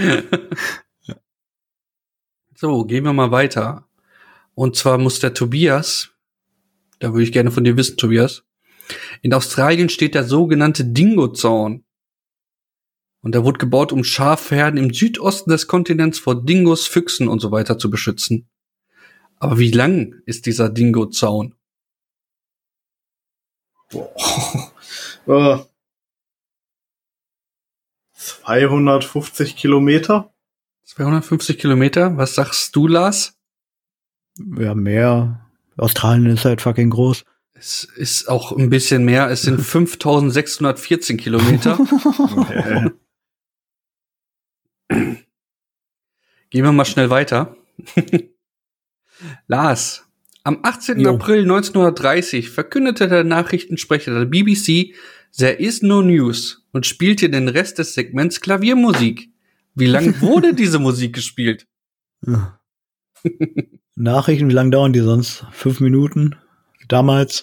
So, gehen wir mal weiter. Und zwar muss der Tobias, da würde ich gerne von dir wissen, Tobias, in Australien steht der sogenannte Dingo-Zaun. Und der wurde gebaut, um Schafherden im Südosten des Kontinents vor Dingos, Füchsen und so weiter zu beschützen. Aber wie lang ist dieser Dingo-Zaun? 250 Kilometer? 250 Kilometer? Was sagst du, Lars? Ja, mehr. Australien ist halt fucking groß. Es ist auch ein bisschen mehr. Es sind 5614 Kilometer. Gehen wir mal schnell weiter. Lars, am 18. April 1930 verkündete der Nachrichtensprecher der BBC, there is no news und spielte den Rest des Segments Klaviermusik. Wie lang wurde diese Musik gespielt? Nachrichten, wie lang dauern die sonst? 5 Minuten? Damals?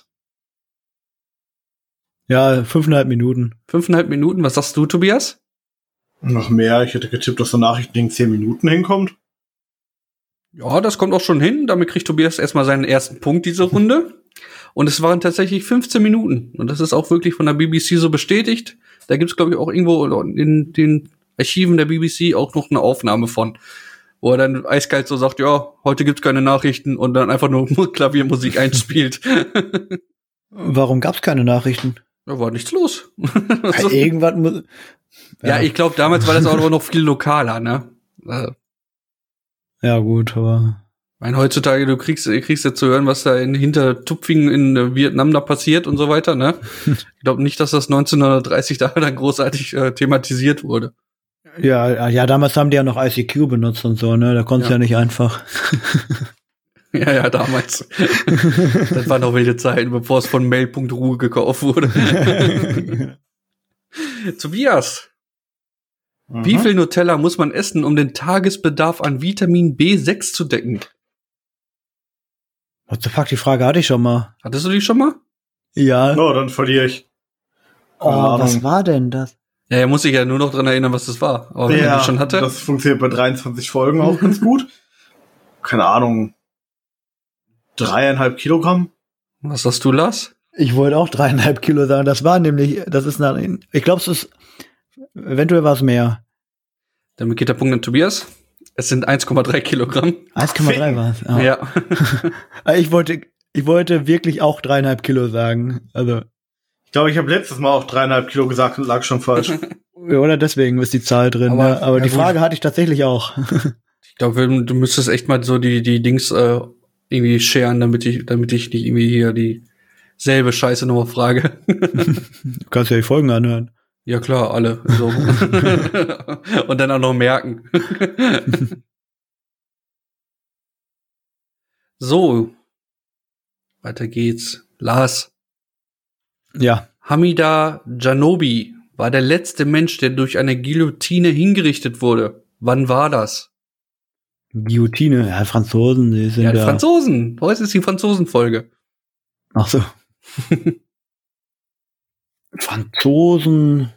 Ja, 5,5 Minuten. 5,5 Minuten, was sagst du, Tobias? Noch mehr, ich hätte getippt, dass so Nachrichtending 10 Minuten hinkommt. Ja, das kommt auch schon hin. Damit kriegt Tobias erstmal seinen ersten Punkt diese Runde. Und es waren tatsächlich 15 Minuten. Und das ist auch wirklich von der BBC so bestätigt. Da gibt's, glaube ich, auch irgendwo in den Archiven der BBC auch noch eine Aufnahme von. Wo er dann eiskalt so sagt, ja, heute gibt's keine Nachrichten und dann einfach nur Klaviermusik einspielt. Warum gab's keine Nachrichten? Da war nichts los. Also, irgendwas muss. Ja, ich glaube, damals war das auch noch viel lokaler, ne? Ja, gut, aber. Ich meine, heutzutage, du kriegst ja zu hören, was da in Hintertupfingen in Vietnam da passiert und so weiter, ne? Ich glaube nicht, dass das 1930 da dann großartig thematisiert wurde. Ja, damals haben die ja noch ICQ benutzt und so, ne? Da konntest du ja nicht einfach. Ja, damals. Das waren noch wilde Zeiten, bevor es von Mail.ru gekauft wurde. Tobias, wie viel Nutella muss man essen, um den Tagesbedarf an Vitamin B6 zu decken? What the fuck, die Frage hatte ich schon mal. Hattest du die schon mal? Ja. Oh, dann verliere ich. Was war denn das? Ja, er muss sich ja nur noch dran erinnern, was das war. Aber wenn er die schon hatte. Das funktioniert bei 23 Folgen auch ganz gut. Keine Ahnung. 3,5 Kilogramm. Was sagst du, Lars? Ich wollte auch 3,5 Kilo sagen. Ich glaube, es ist eventuell was mehr. Damit geht der Punkt an Tobias. Es sind 1,3 Kilogramm. 1,3 war es. Ja. Ich wollte wirklich auch 3,5 Kilo sagen. Also. Ich glaube, ich habe letztes Mal auch 3,5 Kilo gesagt und lag schon falsch. Oder deswegen ist die Zahl drin. Aber die Frage hatte ich tatsächlich auch. Ich glaube, du müsstest echt mal so die Dings irgendwie scheren, damit ich nicht irgendwie hier dieselbe Scheiße nochmal frage. Du kannst ja die Folgen anhören. Ja klar, alle. So. Und dann auch noch merken. So. Weiter geht's. Lars. Ja. Hamida Janobi war der letzte Mensch, der durch eine Guillotine hingerichtet wurde. Wann war das? Guillotine, ja, Franzosen, die sind ja. Die Franzosen. Heute ist die Franzosen-Folge. Ach so. Franzosen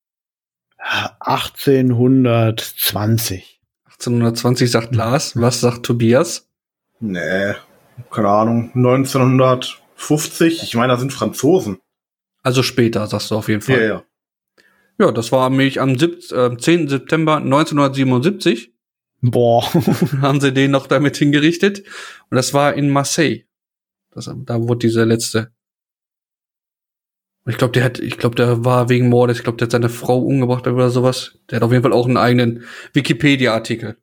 1820. 1820 sagt Lars. Was sagt Tobias? Nee, keine Ahnung. 1950. Ich meine, da sind Franzosen. Also später, sagst du auf jeden Fall. Ja. Ja, das war nämlich am 10. September 1977. Boah. Haben sie den noch damit hingerichtet. Und das war in Marseille. Da wurde dieser letzte. Ich glaube, der war wegen Mordes. Ich glaube, der hat seine Frau umgebracht oder sowas. Der hat auf jeden Fall auch einen eigenen Wikipedia-Artikel.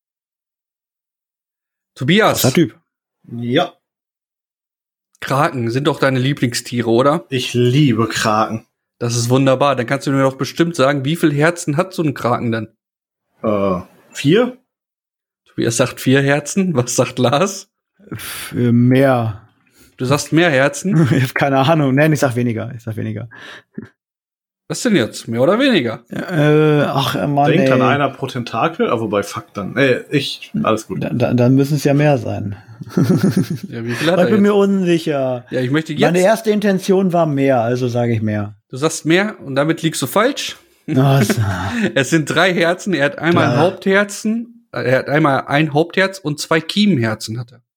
Tobias. Was Typ? Ja. Kraken sind doch deine Lieblingstiere, oder? Ich liebe Kraken. Das ist wunderbar. Dann kannst du mir doch bestimmt sagen, wie viele Herzen hat so ein Kraken denn? 4? Tobias sagt 4 Herzen. Was sagt Lars? Mehr. Du sagst mehr Herzen? Ich habe keine Ahnung. Nein, ich sag weniger. Was denn jetzt? Mehr oder weniger? Mann, Denkt an einer pro Tentakel, aber bei Fuck dann. Alles gut. Dann müssen es ja mehr sein. Ja, wie viel hat ich er bin jetzt? mir unsicher. Ja, ich möchte jetzt. Meine erste Intention war mehr, also sage ich mehr. Du sagst mehr und damit liegst du falsch. Was? Es sind 3 Herzen. Er hat einmal ein Hauptherzen. Er hat einmal ein Hauptherz und 2 Kiemenherzen hat er.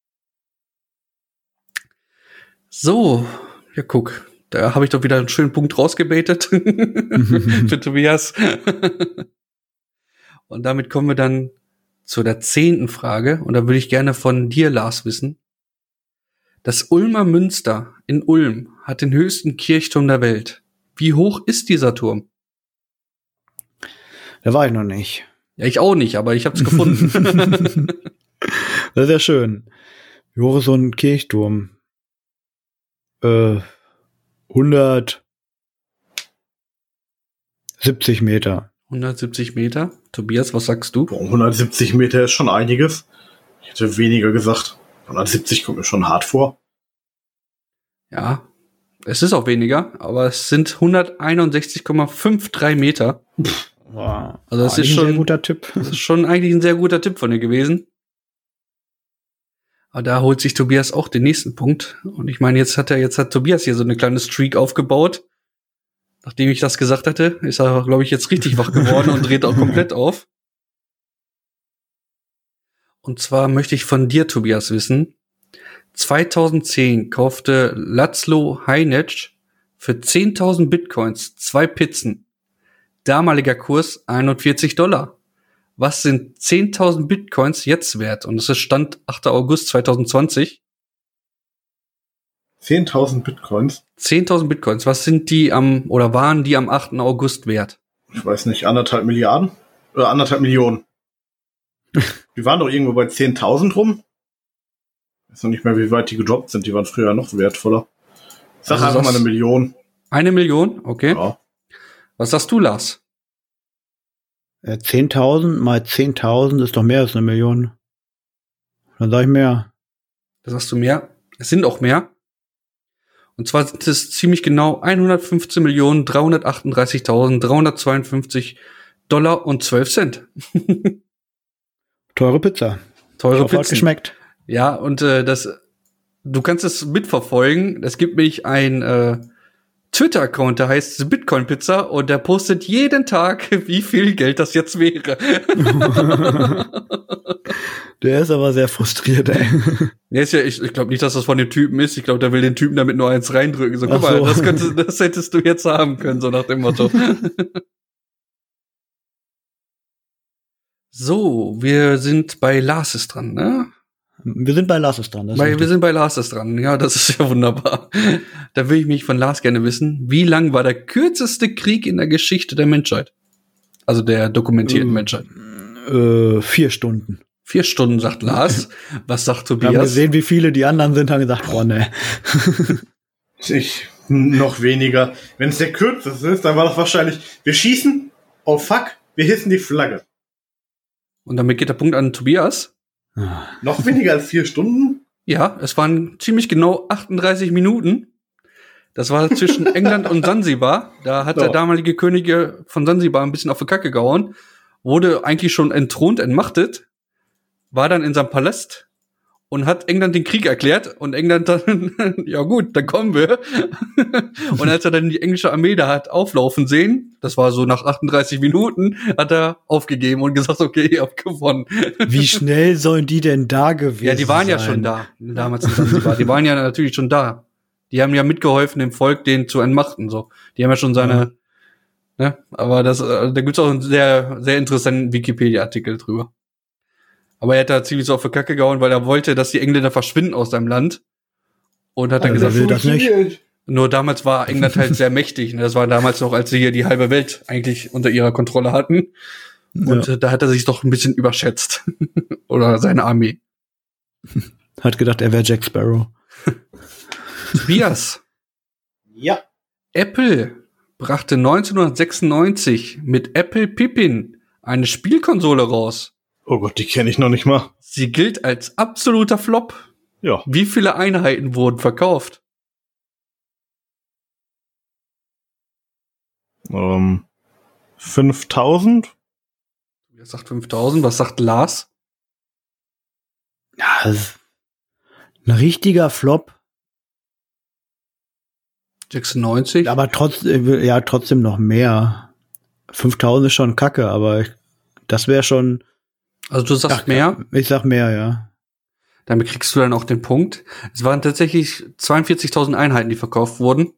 So, ja guck, da habe ich doch wieder einen schönen Punkt rausgebetet für Tobias. Und damit kommen wir dann zu der 10. Frage. Und da würde ich gerne von dir, Lars, wissen. Das Ulmer Münster in Ulm hat den höchsten Kirchturm der Welt. Wie hoch ist dieser Turm? Da war ich noch nicht. Ja, ich auch nicht, aber ich habe es gefunden. Das ist ja schön. Wie hoch ist so ein Kirchturm? 170 Meter. 170 Meter. Tobias, was sagst du? 170 Meter ist schon einiges. Ich hätte weniger gesagt. 170 kommt mir schon hart vor. Ja, es ist auch weniger, aber es sind 161,53 Meter. Wow. Also das ist schon ein sehr guter Tipp. Das ist schon eigentlich ein sehr guter Tipp von dir gewesen. Aber da holt sich Tobias auch den nächsten Punkt. Und ich meine, jetzt hat Tobias hier so eine kleine Streak aufgebaut. Nachdem ich das gesagt hatte, ist er, glaube ich, jetzt richtig wach geworden und dreht auch komplett auf. Und zwar möchte ich von dir, Tobias, wissen. 2010 kaufte Laszlo Heinetsch für 10.000 Bitcoins 2 Pizzen. Damaliger Kurs $41. Was sind 10.000 Bitcoins jetzt wert? Und es ist Stand 8. August 2020. 10.000 Bitcoins? 10.000 Bitcoins. Was sind die waren die am 8. August wert? Ich weiß nicht, 1,5 Milliarden? Oder 1,5 Millionen? Die waren doch irgendwo bei 10.000 rum. Ich weiß noch nicht mehr, wie weit die gedroppt sind. Die waren früher noch wertvoller. Sag Also einfach mal 1 Million. 1 Million? Okay. Ja. Was sagst du, Lars? 10.000 mal 10.000 ist doch mehr als 1 Million. Dann sag ich mehr. Da sagst du mehr. Es sind auch mehr. Und zwar sind es ziemlich genau 115.338.352 Dollar und 12 Cent. Teure Pizza. Teure Pizza. Geschmeckt. Ja, und du kannst es mitverfolgen. Es gibt nämlich ein Twitter-Account, der heißt The Bitcoin Pizza und der postet jeden Tag, wie viel Geld das jetzt wäre. Der ist aber sehr frustriert, ey. Nee, ich glaube nicht, dass das von dem Typen ist. Ich glaube, der will den Typen damit nur eins reindrücken. So, guck mal, das hättest du jetzt haben können, so nach dem Motto. So, wir sind bei Lars ist dran, ne? Wir sind bei Lars ist dran. Wir sind bei Lars ist dran. Ja, das ist ja wunderbar. Da will ich mich von Lars gerne wissen, wie lang war der kürzeste Krieg in der Geschichte der Menschheit? Also der dokumentierten Menschheit. 4 Stunden. 4 Stunden, sagt Lars. Was sagt Tobias? Wir haben gesehen, wie viele die anderen sind, haben gesagt, boah, ne. Ich noch weniger. Wenn es der kürzeste ist, dann war das wahrscheinlich, wir schießen, oh fuck, wir hissen die Flagge. Und damit geht der Punkt an Tobias. Noch weniger als 4 Stunden? Ja, es waren ziemlich genau 38 Minuten. Das war zwischen England und Sansibar. Da hat der damalige König von Sansibar ein bisschen auf die Kacke gehauen. Wurde eigentlich schon entthront, entmachtet. war dann in seinem Palast und hat England den Krieg erklärt und England dann, ja gut, dann kommen wir. Und als er dann die englische Armee da hat auflaufen sehen, das war so nach 38 Minuten, hat er aufgegeben und gesagt, okay, ihr habt gewonnen. Wie schnell sollen die denn da gewesen sein? Ja, die waren ja schon da, damals in Sansibar. Die waren ja natürlich schon da. Die haben ja mitgeholfen, dem Volk den zu entmachten, so. Die haben ja schon seine, ne, aber da gibt's auch einen sehr, sehr interessanten Wikipedia-Artikel drüber. Aber er hat da ziemlich so auf die Kacke gehauen, weil er wollte, dass die Engländer verschwinden aus seinem Land. Und hat dann gesagt, will das nicht. Nur damals war England halt sehr mächtig. Ne? Das war damals noch, als sie hier die halbe Welt eigentlich unter ihrer Kontrolle hatten. Und da hat er sich doch ein bisschen überschätzt. Oder seine Armee. Hat gedacht, er wäre Jack Sparrow. Tobias. Ja. Apple brachte 1996 mit Apple Pippin eine Spielkonsole raus. Oh Gott, die kenne ich noch nicht mal. Sie gilt als absoluter Flop. Ja. Wie viele Einheiten wurden verkauft? 5000? Wer sagt 5000? Was sagt Lars? Ja, das ist ein richtiger Flop. 96? Aber trotzdem noch mehr. 5000 ist schon kacke, aber das wäre schon. Also du sagst mehr? Ich sag mehr, ja. Damit kriegst du dann auch den Punkt. Es waren tatsächlich 42.000 Einheiten, die verkauft wurden.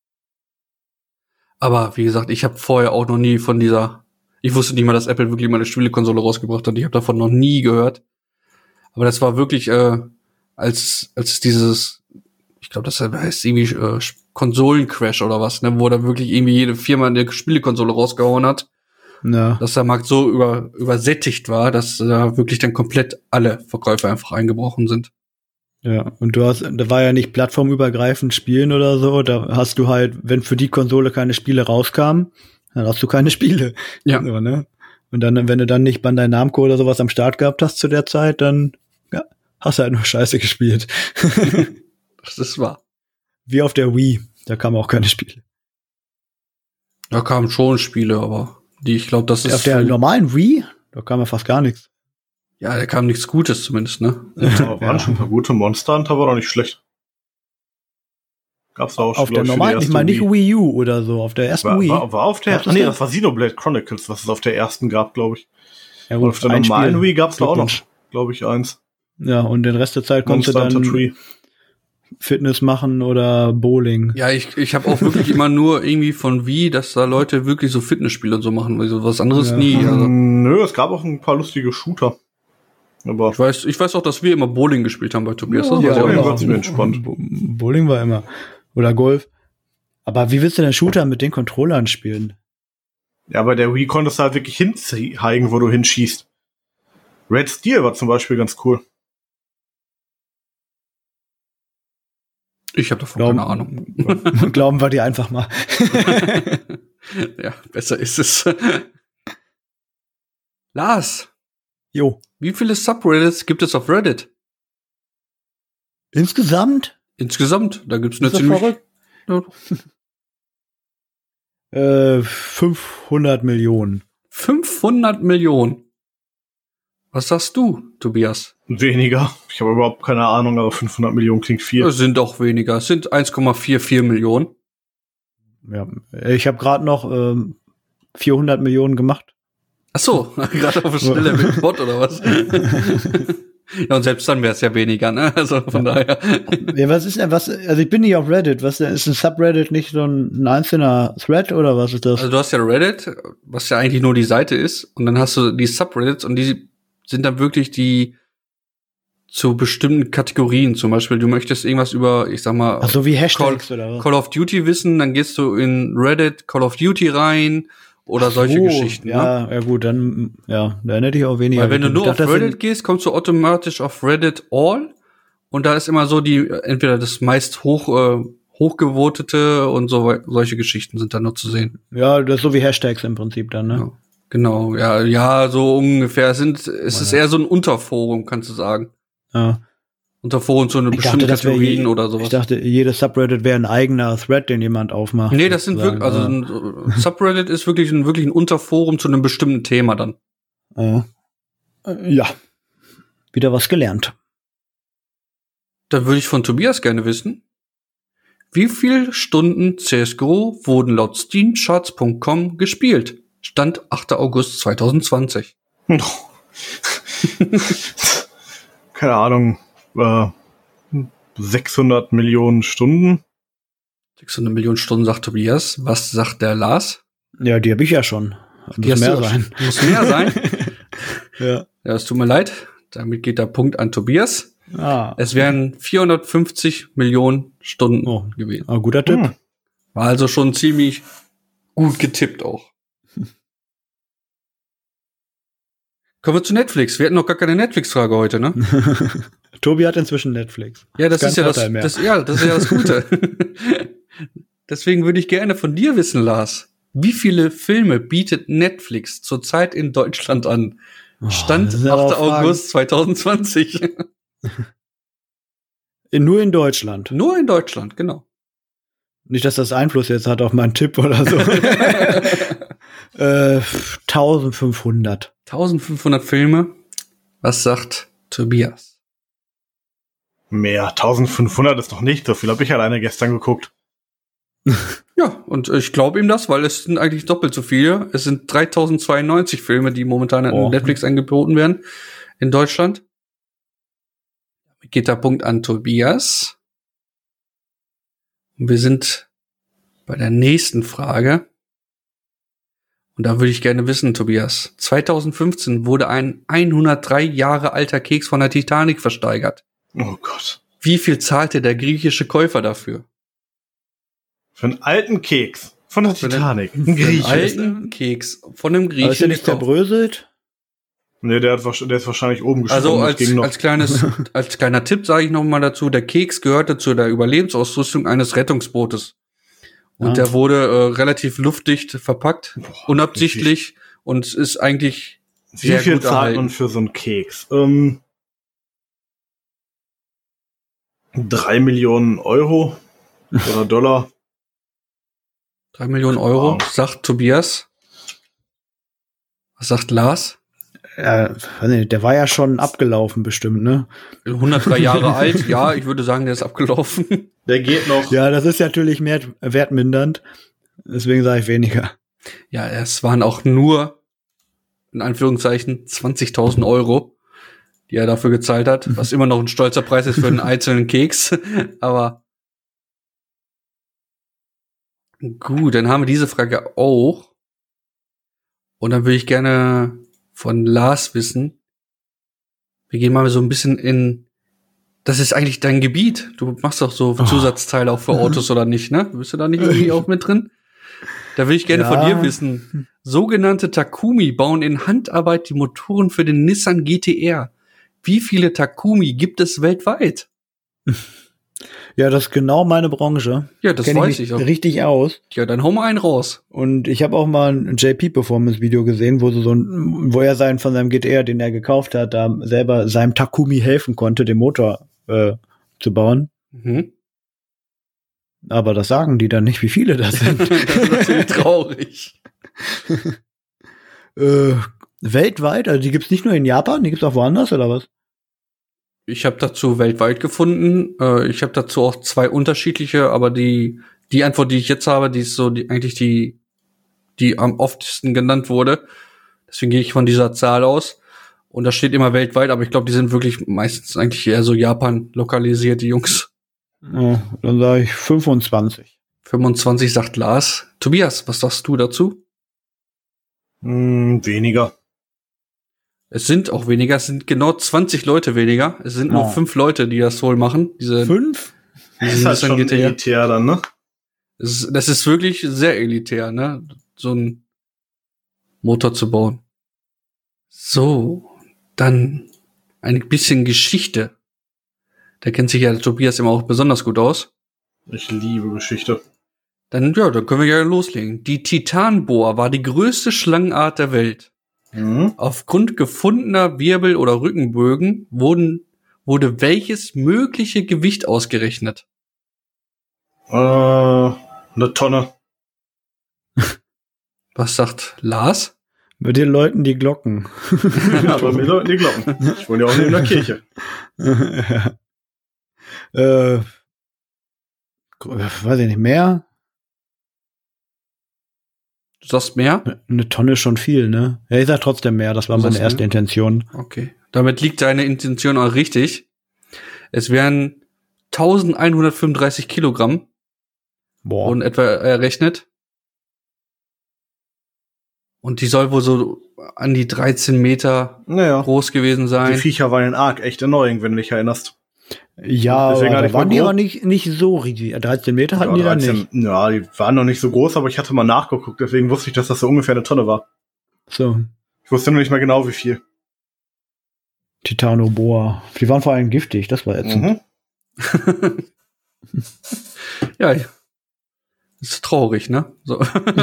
Aber wie gesagt, ich habe vorher auch noch nie von ich wusste nicht mal, dass Apple wirklich mal eine Spielekonsole rausgebracht hat. Ich habe davon noch nie gehört. Aber das war wirklich, als dieses, ich glaube, das heißt irgendwie Konsolencrash oder was, ne, wo da wirklich irgendwie jede Firma eine Spielekonsole rausgehauen hat. Ja. Dass der Markt so übersättigt war, dass da wirklich dann komplett alle Verkäufe einfach eingebrochen sind. Ja, und da war ja nicht plattformübergreifend Spielen oder so, da hast du halt, wenn für die Konsole keine Spiele rauskamen, dann hast du keine Spiele. Ja. So, ne? Und dann, wenn du dann nicht Bandai Namco oder sowas am Start gehabt hast zu der Zeit, dann hast du halt nur Scheiße gespielt. Das ist wahr. Wie auf der Wii, da kamen auch keine Spiele. Da kamen schon Spiele, aber ich glaube, das ist auf der normalen Wii, da kam ja fast gar nichts. Ja, da kam nichts Gutes zumindest, ne? Da waren schon ein paar gute. Monster Hunter war doch nicht schlecht. Gab's da auch schon, auf der normalen, ich meine nicht Wii U oder so, auf der ersten Wii. War auf der, nee, das war Xenoblade Chronicles, was es auf der ersten gab, glaube ich. Ja, und auf der normalen Wii gab's da auch noch, glaube ich, eins. Ja, und den Rest der Zeit konntest du dann Fitness machen oder Bowling. Ja, ich habe auch wirklich immer nur irgendwie von Wii, dass da Leute wirklich so Fitnessspiele und so machen, also was anderes nie. Also. Nö, es gab auch ein paar lustige Shooter. Aber ich weiß auch, dass wir immer Bowling gespielt haben bei Tobias. Ja, Bowling war ziemlich entspannt. Bowling war immer. Oder Golf. Aber wie willst du denn Shooter mit den Controllern spielen? Ja, bei der Wii konntest du halt wirklich hinzeigen, wo du hinschießt. Red Steel war zum Beispiel ganz cool. Ich habe davon keine Ahnung. Glauben wir dir einfach mal. Ja, besser ist es. Lars. Jo. Wie viele Subreddits gibt es auf Reddit? Insgesamt? Insgesamt, da gibt's eine ziemlich. Ja. 500 Millionen. 500 Millionen. Was sagst du, Tobias? Weniger. Ich habe überhaupt keine Ahnung, aber 500 Millionen klingt viel. Das sind doch weniger. Es sind 1,44 Millionen. Ja, ich habe gerade noch 400 Millionen gemacht. Ach so, gerade auf der Stelle mit dem Bot oder was? Ja, und selbst dann wäre es ja weniger, ne? Also von daher. Ja, also ich bin nicht auf Reddit. Was ist ein Subreddit nicht so ein einzelner Thread oder was ist das? Also du hast ja Reddit, was ja eigentlich nur die Seite ist, und dann hast du die Subreddits und die sind dann wirklich die zu bestimmten Kategorien. Zum Beispiel, du möchtest irgendwas über, ich sag mal, so wie Hashtags oder was? Call of Duty wissen, dann gehst du in Reddit Call of Duty rein oder solche Geschichten. Ja, ne? Ja gut, dann hätte ich auch weniger. Weil wenn du nur auf Reddit gehst, kommst du automatisch auf Reddit All und da ist immer so entweder das meist hochgevotete und solche Geschichten sind dann nur zu sehen. Ja, das ist so wie Hashtags im Prinzip dann, ne? Ja, genau, ja, so ungefähr. Es ist eher so ein Unterforum, kannst du sagen. Ja. Unterforum zu einer bestimmten Kategorien oder sowas. Ich dachte, jedes Subreddit wäre ein eigener Thread, den jemand aufmacht. Nee, das sind wirklich, also ein Subreddit ist wirklich ein Unterforum zu einem bestimmten Thema dann. Ja. Wieder was gelernt. Dann würde ich von Tobias gerne wissen, wie viele Stunden CSGO wurden laut SteamCharts.com gespielt? Stand 8. August 2020. Keine Ahnung, 600 Millionen Stunden. 600 Millionen Stunden, sagt Tobias. Was sagt der Lars? Ja, die habe ich ja schon. Die Muss hast mehr du- sein. Muss mehr sein? Ja. Ja, es tut mir leid. Damit geht der Punkt an Tobias. Ah, Es wären 450 Millionen Stunden Oh. gewesen. Guter Tipp. Hm. War also schon ziemlich gut getippt auch. Kommen wir zu Netflix. Wir hatten noch gar keine Netflix-Frage heute, ne? Tobi hat inzwischen Netflix. Ja, das Kein ist ja Vorteil mehr. das ist ja das Gute. Deswegen würde ich gerne von dir wissen, Lars. Wie viele Filme bietet Netflix zurzeit in Deutschland an? Stand das 8. sind aber Fragen. August 2020. Nur in Deutschland. Nur in Deutschland, genau. Nicht, dass das Einfluss jetzt hat auf meinen Tipp oder so. 1500. 1500 Filme. Was sagt Tobias? Mehr. 1500 ist noch nicht. So viel habe ich alleine gestern geguckt. Ja, und ich glaube ihm das, weil es sind eigentlich doppelt so viele. Es sind 3092 Filme, die momentan an Netflix angeboten werden in Deutschland. Geht der Punkt an Tobias. Und wir sind bei der nächsten Frage. Und da würde ich gerne wissen, Tobias. 2015 wurde ein 103 Jahre alter Keks von der Titanic versteigert. Oh Gott. Wie viel zahlte der griechische Käufer dafür? Für einen alten Keks von der Titanic. Ein Einen Grieche. alten Keks von einem Aber ist der Griechen nicht gekauft. zerbröselt? Nee, der ist wahrscheinlich oben geschwommen. Also Das ging noch. als kleiner Tipp sage ich noch mal dazu, der Keks gehörte zu der Überlebensausrüstung eines Rettungsbootes. Und der wurde relativ luftdicht verpackt, unabsichtlich, und ist eigentlich Wie sehr viel gut zahlt erhalten. man für so einen Keks? 3 Millionen Euro oder Dollar. 3 Millionen Euro, Wow. sagt Tobias. Was sagt Lars? Weiß nicht, der war ja schon abgelaufen bestimmt, ne? 103 Jahre alt, ja, ich würde sagen, der ist abgelaufen. Der geht noch. Ja, das ist natürlich mehr wertmindernd. Deswegen sage ich weniger. Ja, es waren auch nur, in Anführungszeichen, 20.000 Euro, die er dafür gezahlt hat, was immer noch ein stolzer Preis ist für einen einzelnen Keks. Aber gut, dann haben wir diese Frage auch. Und dann würde ich gerne von Lars wissen. Wir gehen mal so ein bisschen in, das ist eigentlich dein Gebiet. Du machst doch so Zusatzteile auch für Autos oder nicht, ne? Bist du da nicht irgendwie auch mit drin? Da will ich gerne von dir wissen. Sogenannte Takumi bauen in Handarbeit die Motoren für den Nissan GT-R. Wie viele Takumi gibt es weltweit? Ja, das ist genau meine Branche. Ja, das Kenn weiß mich ich auch. richtig aus. Ja, dann hau mal einen raus. Und ich habe auch mal ein JP-Performance-Video gesehen, wo er von seinem GTR, den er gekauft hat, da selber seinem Takumi helfen konnte, den Motor zu bauen. Mhm. Aber das sagen die dann nicht, wie viele das sind. Das ist natürlich traurig. Weltweit? Also die gibt's nicht nur in Japan, die gibt's auch woanders, oder was? Ich habe dazu weltweit gefunden. Ich habe dazu auch zwei unterschiedliche, aber die Antwort, die ich jetzt habe, die ist so die am oftesten genannt wurde. Deswegen gehe ich von dieser Zahl aus. Und da steht immer weltweit, aber ich glaube, die sind wirklich meistens eigentlich eher so Japan lokalisiert, die Jungs. Ja, dann sage ich 25. 25 sagt Lars. Tobias, was sagst du dazu? Weniger. Es sind auch weniger, es sind genau 20 Leute weniger. Es sind nur 5 Leute, die das wohl machen. 5? Das ist halt schon elitär dann, ne? Das ist wirklich sehr elitär, ne? So ein Motor zu bauen. So, dann ein bisschen Geschichte. Da kennt sich ja der Tobias immer auch besonders gut aus. Ich liebe Geschichte. Dann können wir ja loslegen. Die Titanboa war die größte Schlangenart der Welt. Mhm. Aufgrund gefundener Wirbel oder Rückenbögen wurde welches mögliche Gewicht ausgerechnet? 1 Tonne. Was sagt Lars? Bei dir läuten die Glocken. Ja, bei mir läuten die Glocken. Ich wohne ja auch neben der Kirche. Ja. Weiß ich nicht, mehr? Du sagst mehr? Eine Tonne ist schon viel, ne? Ja, ich sag trotzdem mehr, das war Du meine sagst erste mehr? Intention. Okay. Damit liegt deine Intention auch richtig. Es wären 1135 Kilogramm, Boah. wurden etwa errechnet. Und die soll wohl so an die 13 Meter Naja, groß gewesen die sein. Viecher waren in Ark echt annoying, wenn du dich erinnerst. Ja, Deswegen aber hatte da ich mal waren die grob- aber nicht so riesig. 13 Meter hatten die dann nicht. Ja, die waren noch nicht so groß, aber ich hatte mal nachgeguckt, deswegen wusste ich, dass das so ungefähr eine Tonne war. So, Ich wusste nur nicht mehr genau, wie viel. Titanoboa. Die waren vor allem giftig, das war ätzend. Mhm. Ja, ist traurig, ne? So.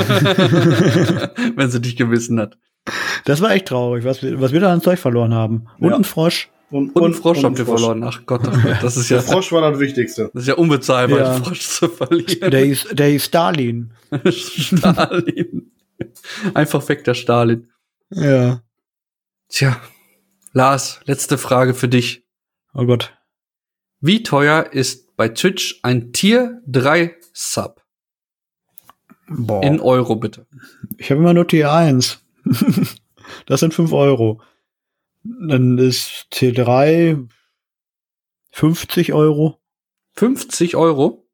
Wenn sie dich gewissen hat. Das war echt traurig, was wir da an Zeug verloren haben. Und Ja. ein Frosch. Und einen Frosch habt ihr verloren. Ach Gott, das ist ja, Der Frosch war das Wichtigste. das ist ja unbezahlbar, Ja. einen Frosch zu verlieren. Der hieß Stalin. Stalin. Einfach weg, der Stalin. Ja. Tja, Lars, letzte Frage für dich. Oh Gott. Wie teuer ist bei Twitch ein Tier 3 Sub? Boah. In Euro bitte. Ich habe immer nur Tier 1. Das sind 5 Euro. Dann ist T3 50 Euro. 50 Euro?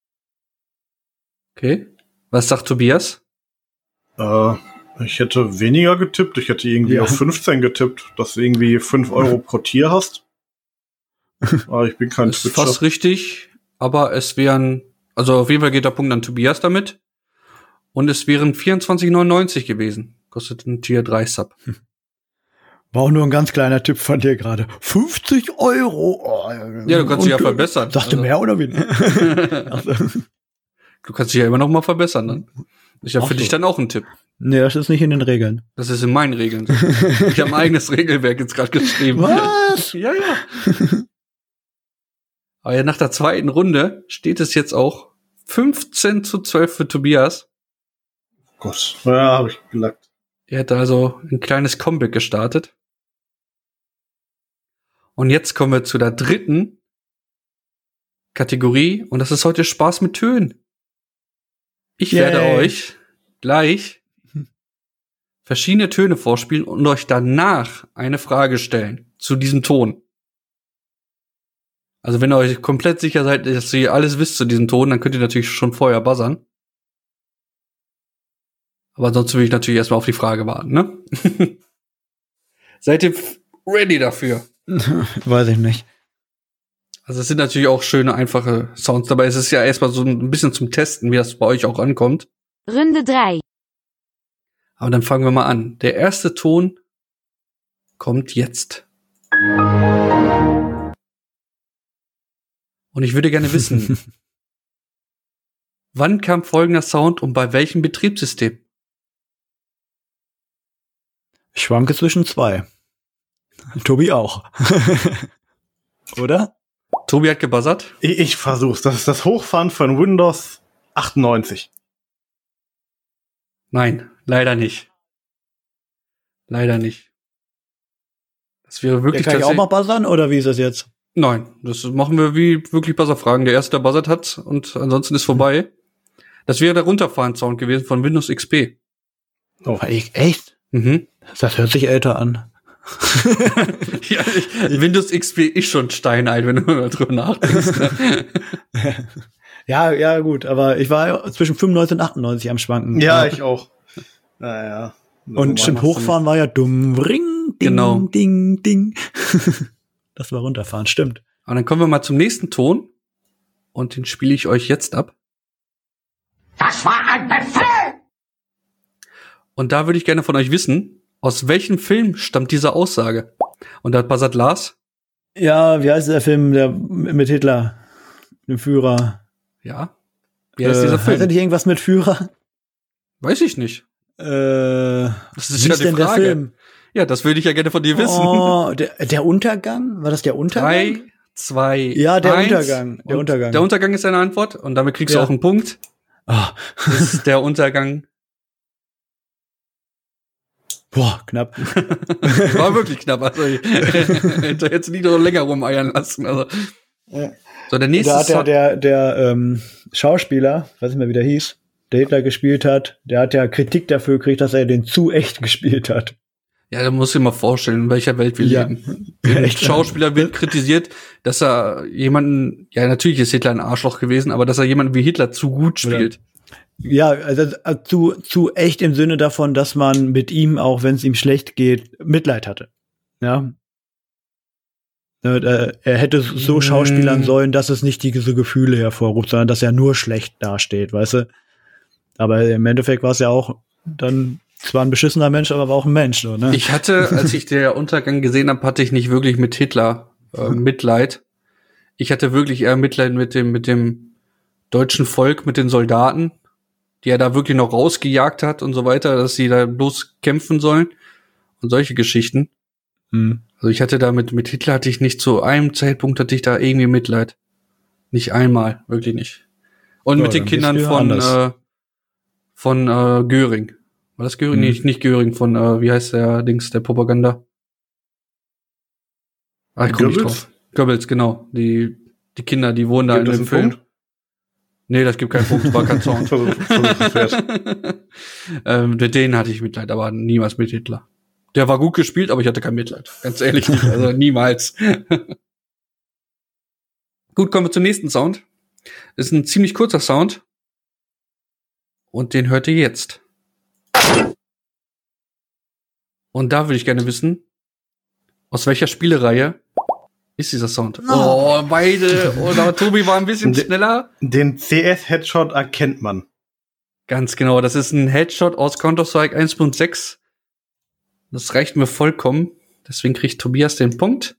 Okay. Was sagt Tobias? Ich hätte weniger getippt. Ich hätte irgendwie Ja. auf 15 getippt, dass du irgendwie 5 Euro pro Tier hast. Aber ich bin kein Ist Twitcher. fast richtig, aber es wären, also auf jeden Fall geht der Punkt an Tobias damit. Und es wären 24,99 gewesen. Kostet ein Tier 3 Sub. War auch nur ein ganz kleiner Tipp von dir gerade. 50 Euro. Oh, Ja, du kannst dich ja verbessern. Sagte Also- mehr oder weniger? Ach so. Du kannst dich ja immer noch mal verbessern, dann. Ich habe Ach für so. dich dann auch einen Tipp. Nee, das ist nicht in den Regeln. Das ist in meinen Regeln. Ich habe ein eigenes Regelwerk jetzt gerade geschrieben. Was? Ja, ja. Aber ja, nach der zweiten Runde steht es jetzt auch 15:12 für Tobias. Gott. Ja, habe ich gelackt. Er hat also ein kleines Comeback gestartet. Und jetzt kommen wir zu der dritten Kategorie. Und das ist heute Spaß mit Tönen. Ich werde Yay. euch gleich verschiedene Töne vorspielen und euch danach eine Frage stellen zu diesem Ton. Also wenn ihr euch komplett sicher seid, dass ihr alles wisst zu diesem Ton, dann könnt ihr natürlich schon vorher buzzern. Aber ansonsten will ich natürlich erstmal auf die Frage warten, ne? Seid ihr ready dafür? Weiß ich nicht. Also es sind natürlich auch schöne, einfache Sounds dabei. Es ist ja erstmal so ein bisschen zum Testen, wie das bei euch auch ankommt. Runde 3. Aber dann fangen wir mal an. Der erste Ton kommt jetzt. Und ich würde gerne wissen, wann kam folgender Sound und bei welchem Betriebssystem? Ich schwanke zwischen 2. Tobi auch. Oder? Tobi hat gebuzzert. Ich versuch's. Das ist das Hochfahren von Windows 98. Nein, leider nicht. Leider nicht. Das wäre Ja, wirklich kann ich auch tatsächlich. mal buzzern oder wie ist das jetzt? Nein, das machen wir wie wirklich Buzzerfragen. Der erste, der buzzert hat und ansonsten ist vorbei. Das wäre der Runterfahren-Sound gewesen von Windows XP. Oh. Echt? Mhm. Das hört sich älter an. Ja, Windows XP ist schon steinalt, wenn du mal drüber nachdenkst. Ne? Ja, gut, aber ich war zwischen 95 und 98 am Schwanken. Ja, ich auch. Naja. Und stimmt, Hochfahren war ja dumm. Ring, ding, Genau. ding, ding. Das war runterfahren, stimmt. Aber dann kommen wir mal zum nächsten Ton. Und den spiele ich euch jetzt ab. Das war ein Befehl! Und da würde ich gerne von euch wissen, aus welchem Film stammt diese Aussage? Und da buzzert Lars. Ja, wie heißt der Film der mit Hitler? Dem Führer. Ja. Wie heißt dieser Heißt er Film? nicht irgendwas mit Führer? Weiß ich nicht. Das ist ja die Frage. Ja, das würde ich ja gerne von dir wissen. Oh, der Untergang? War das der Untergang? 3, 2, Ja, der 1. Untergang. Der Und Untergang. Der Untergang ist deine Antwort und damit kriegst du Ja. auch einen Punkt. Ah. Das ist der Untergang. Boah, knapp. War wirklich knapp. Also ich hätte jetzt nicht noch länger rumeiern lassen. Also. So, der nächste Da hat der Schauspieler, weiß nicht mehr, wie der hieß, der Hitler gespielt hat, der hat ja Kritik dafür gekriegt, dass er den zu echt gespielt hat. Ja, da musst du dir mal vorstellen, in welcher Welt wir leben. Der Schauspieler wird kritisiert, dass er jemanden, ja, natürlich ist Hitler ein Arschloch gewesen, aber dass er jemanden wie Hitler zu gut spielt. Ja, also zu echt im Sinne davon, dass man mit ihm, auch wenn es ihm schlecht geht, Mitleid hatte. Ja. Er hätte so schauspielern sollen, dass es nicht diese Gefühle hervorruft, sondern dass er nur schlecht dasteht, weißt du? Aber im Endeffekt war es ja auch dann zwar ein beschissener Mensch, aber war auch ein Mensch, so, ne? Ich hatte, als ich der Untergang gesehen habe, hatte ich nicht wirklich mit Hitler Mitleid. Ich hatte wirklich eher Mitleid mit dem deutschen Volk, mit den Soldaten, die er da wirklich noch rausgejagt hat und so weiter, dass sie da bloß kämpfen sollen und solche Geschichten. Also ich hatte da mit Hitler hatte ich nicht zu einem Zeitpunkt hatte ich da irgendwie Mitleid. Nicht einmal, wirklich nicht. Und Ja, mit den dann Kindern bist du ja von Göring. War das Göring? Nee, nicht Göring, von wie heißt der der Propaganda? Ich komm nicht drauf. Goebbels, genau. Die Kinder, die wohnen da in dem Film. Punkt? Nee, das gibt keinen Punkt, war kein Sound. Mit denen hatte ich Mitleid, aber niemals mit Hitler. Der war gut gespielt, aber ich hatte kein Mitleid. Ganz ehrlich nicht, also niemals. Gut, kommen wir zum nächsten Sound. Das ist ein ziemlich kurzer Sound. Und den hört ihr jetzt. Und da würde ich gerne wissen, aus welcher Spielereihe ist dieser Sound? Oh, beide. Oder Tobi war ein bisschen schneller. Den CS-Headshot erkennt man. Ganz genau, das ist ein Headshot aus Counter-Strike 1.6. Das reicht mir vollkommen. Deswegen kriegt Tobias den Punkt.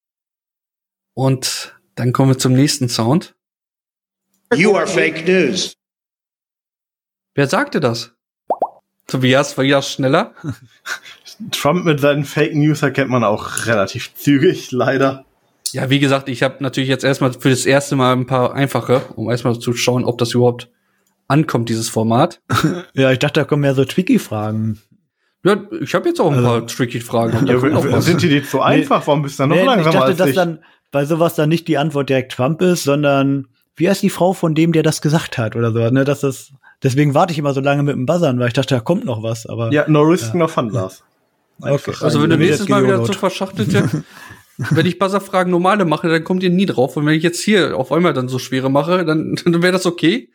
Und dann kommen wir zum nächsten Sound. You are fake news. Wer sagte das? Tobias war ja schneller. Trump mit seinen Fake News erkennt man auch relativ zügig, leider. Ja, wie gesagt, ich habe natürlich jetzt erstmal für das erste Mal ein paar einfache, um erstmal zu schauen, ob das überhaupt ankommt, dieses Format. Ja, ich dachte, da kommen mehr so Tricky-Fragen. Ja, ich habe jetzt auch ein paar tricky Fragen. Ja, sind die zu einfach? Warum bist du noch langsamer ich dachte, als dass ich? dann bei sowas dann nicht die Antwort direkt Trump ist, sondern wie heißt die Frau von dem, der das gesagt hat oder so, ne? Deswegen warte ich immer so lange mit dem Buzzern, weil ich dachte, da kommt noch was, aber. Ja, no risk, no fun, Lars. Okay. Also wenn du nächstes Mal wieder so verschachtelte, wenn ich Buzzerfragen normale mache, dann kommt ihr nie drauf. Und wenn ich jetzt hier auf einmal dann so schwere mache, dann wäre das okay.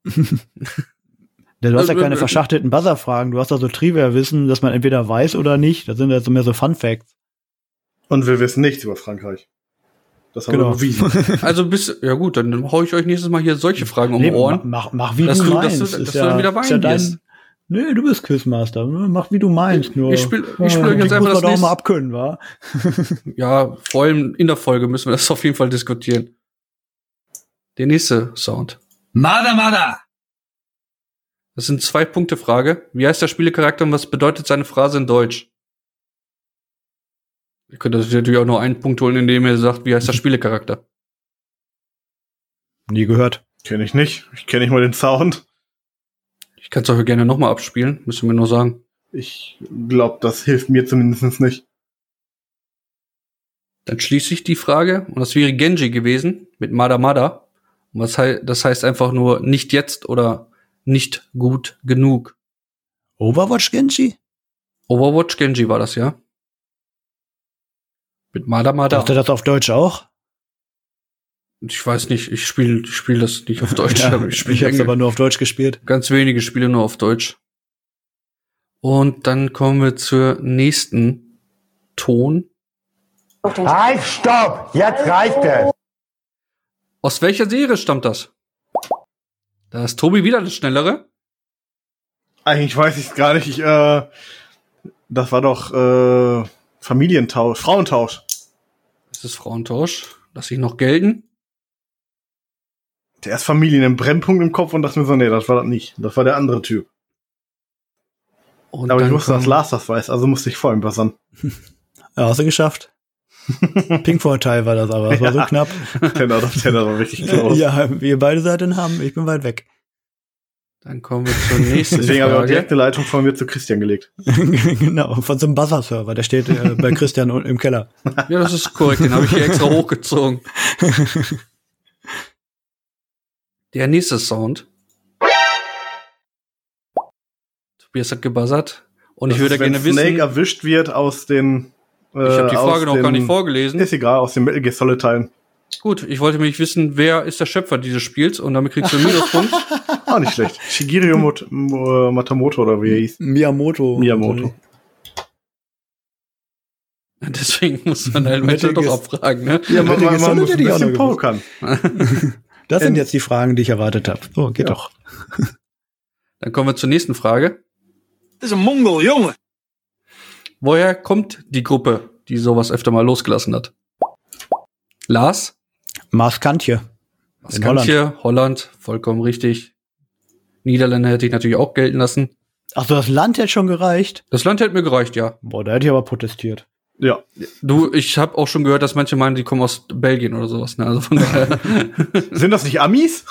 Du hast ja keine verschachtelten Buzzer-Fragen. Du hast da so Trivia-Wissen, dass man entweder weiß oder nicht. Das sind ja so mehr so Fun-Facts. Und wir wissen nichts über Frankreich. Das haben wir bewiesen. Also ja gut, dann hau ich euch nächstes Mal hier solche Fragen um die Ohren. Mach wie du meinst. Dass du dann wieder weinen gehst. Nö, du bist Quizmaster. Mach wie du meinst. Nur ich spiel euch jetzt einfach das nächste. Auch mal abkönnen, wa? Ja, vor allem in der Folge müssen wir das auf jeden Fall diskutieren. Der nächste Sound. Mada. Das sind 2-Punkte-Frage. Wie heißt der Spielecharakter und was bedeutet seine Phrase in Deutsch? Ihr könnt natürlich auch nur einen Punkt holen, indem ihr sagt, wie heißt der Spielecharakter? Nie gehört. Kenn ich nicht. Ich kenne nicht mal den Sound. Ich kann es euch gerne nochmal abspielen. Müsst ihr mir nur sagen. Ich glaube, das hilft mir zumindest nicht. Dann schließe ich die Frage. Und das wäre Genji gewesen mit Mada. Und das heißt einfach nur nicht jetzt oder nicht gut genug. Overwatch Genji? Overwatch Genji war das, ja. Mit Mada. Hast du das auf Deutsch auch? Ich weiß nicht, ich spiel das nicht auf Deutsch. Ja, ich hab's aber nur auf Deutsch gespielt. Ganz wenige Spiele nur auf Deutsch. Und dann kommen wir zur nächsten Ton. Halt, stopp! Jetzt reicht es! Aus welcher Serie stammt das? Da ist Tobi wieder das Schnellere. Eigentlich weiß ich es gar nicht. Das war doch Familientausch, Frauentausch. Das ist Frauentausch. Lass ich noch gelten. Der erst Familien im Brennpunkt im Kopf und dachte mir so, nee, das war das nicht. Das war der andere Typ. Und aber ich wusste, dass Lars das weiß, also musste ich vor ihm buzzern. Ja, hast du geschafft. Ping-Vorteil war das aber, das war so knapp. 10 out of 10, das war richtig close. Ja, wir beide seid in Hamm, ich bin weit weg. Dann kommen wir zur nächsten Deswegen habe ich auch Frage. direkt eine Leitung von mir zu Christian gelegt. Genau, von so einem Buzzer-Server, der steht bei Christian im Keller. Ja, das ist korrekt, den habe ich hier extra hochgezogen. Der nächste Sound. Tobias hat gebuzzert. Und ich würde wenn gerne wissen, Snake erwischt wird aus den ich habe die Frage noch gar nicht vorgelesen. vorgelesen. Ist egal, aus den Metal Gear Solid Teilen. Gut, ich wollte nämlich wissen, wer ist der Schöpfer dieses Spiels und damit kriegst du einen Minuspunkt. Auch nicht schlecht. Shigeru Matamoto oder wie er hieß. Miyamoto. Deswegen muss man halt Metal doch abfragen, ne? Ja, man Metal Gear muss ein Solid hätte ich auch bisschen noch pokern. Das sind jetzt die Fragen, die ich erwartet habe. So, geht Ja. doch. Dann kommen wir zur nächsten Frage. Das ist ein Mongol, Junge. Woher kommt die Gruppe, die sowas öfter mal losgelassen hat? Lars? Maskantje. Was kann hier? Holland, vollkommen richtig. Niederländer hätte ich natürlich auch gelten lassen. Ach so, das Land hätte schon gereicht? Das Land hätte mir gereicht, ja. Boah, da hätte ich aber protestiert. Ja. Du, ich habe auch schon gehört, dass manche meinen, die kommen aus Belgien oder sowas. Ne? Also von daher. Sind das nicht Amis?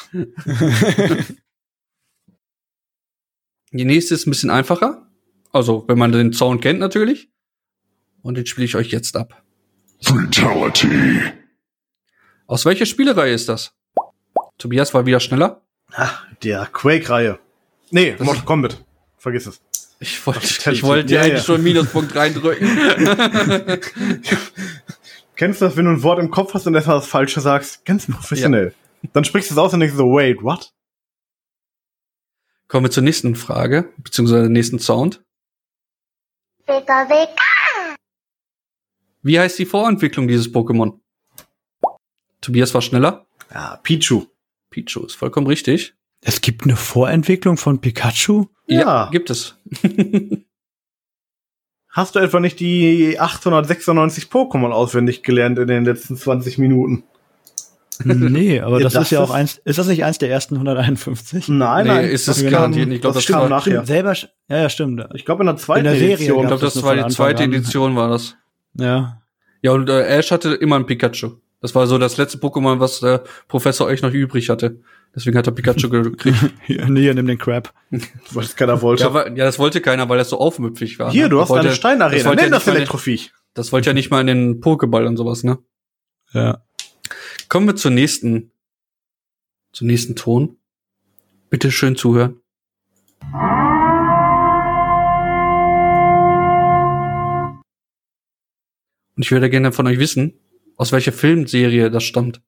Die nächste ist ein bisschen einfacher. Also, wenn man den Sound kennt natürlich. Und den spiele ich euch jetzt ab. Fatality. Aus welcher Spielereihe ist das? Tobias war wieder schneller. Der Quake-Reihe. Nee, Mortal Kombat. Vergiss es. Ich wollte Fatality. dir Ja, eigentlich ja. schon einen Minuspunkt reindrücken. Kennst du das, wenn du ein Wort im Kopf hast und erstmal das Falsche sagst? Ganz professionell. Dann sprichst du es aus und denkst so, wait, what? Kommen wir zur nächsten Frage, beziehungsweise nächsten Sound. Wie heißt die Vorentwicklung dieses Pokémon? Tobias war schneller. Ja, Pichu. Pichu ist vollkommen richtig. Es gibt eine Vorentwicklung von Pikachu? Ja. Gibt es. Hast du etwa nicht die 896 Pokémon auswendig gelernt in den letzten 20 Minuten? Nee, aber Ja, das das ist ja auch ist- eins, ist das nicht eins der ersten 151? Nein, Nee, nein. ist es das garantiert kam- nicht. Ich glaub, das stimmt war- nachher. Selber, ja, stimmt. Ich glaube, in der zweiten In der Serie Edition. Ich gab's glaube, das das war von die Anfang zweite an. Edition, war das. Ja. Ja, und Ash hatte immer ein Pikachu. Das war so das letzte Pokémon, was der Professor euch noch übrig hatte. Deswegen hat er Pikachu gekriegt. Hier, nimm den Crap. Was es keiner wollte. Ja, das wollte keiner, weil das so aufmüpfig war. Hier, ne? du hast wollte, eine Steinarena. wollte Nenn ja das nicht mal in- Elektroviech. Das wollte ja nicht mal in den Pokéball und sowas, ne? Ja. Kommen wir zum nächsten Ton. Bitte schön zuhören. Und ich würde gerne von euch wissen, aus welcher Filmserie das stammt.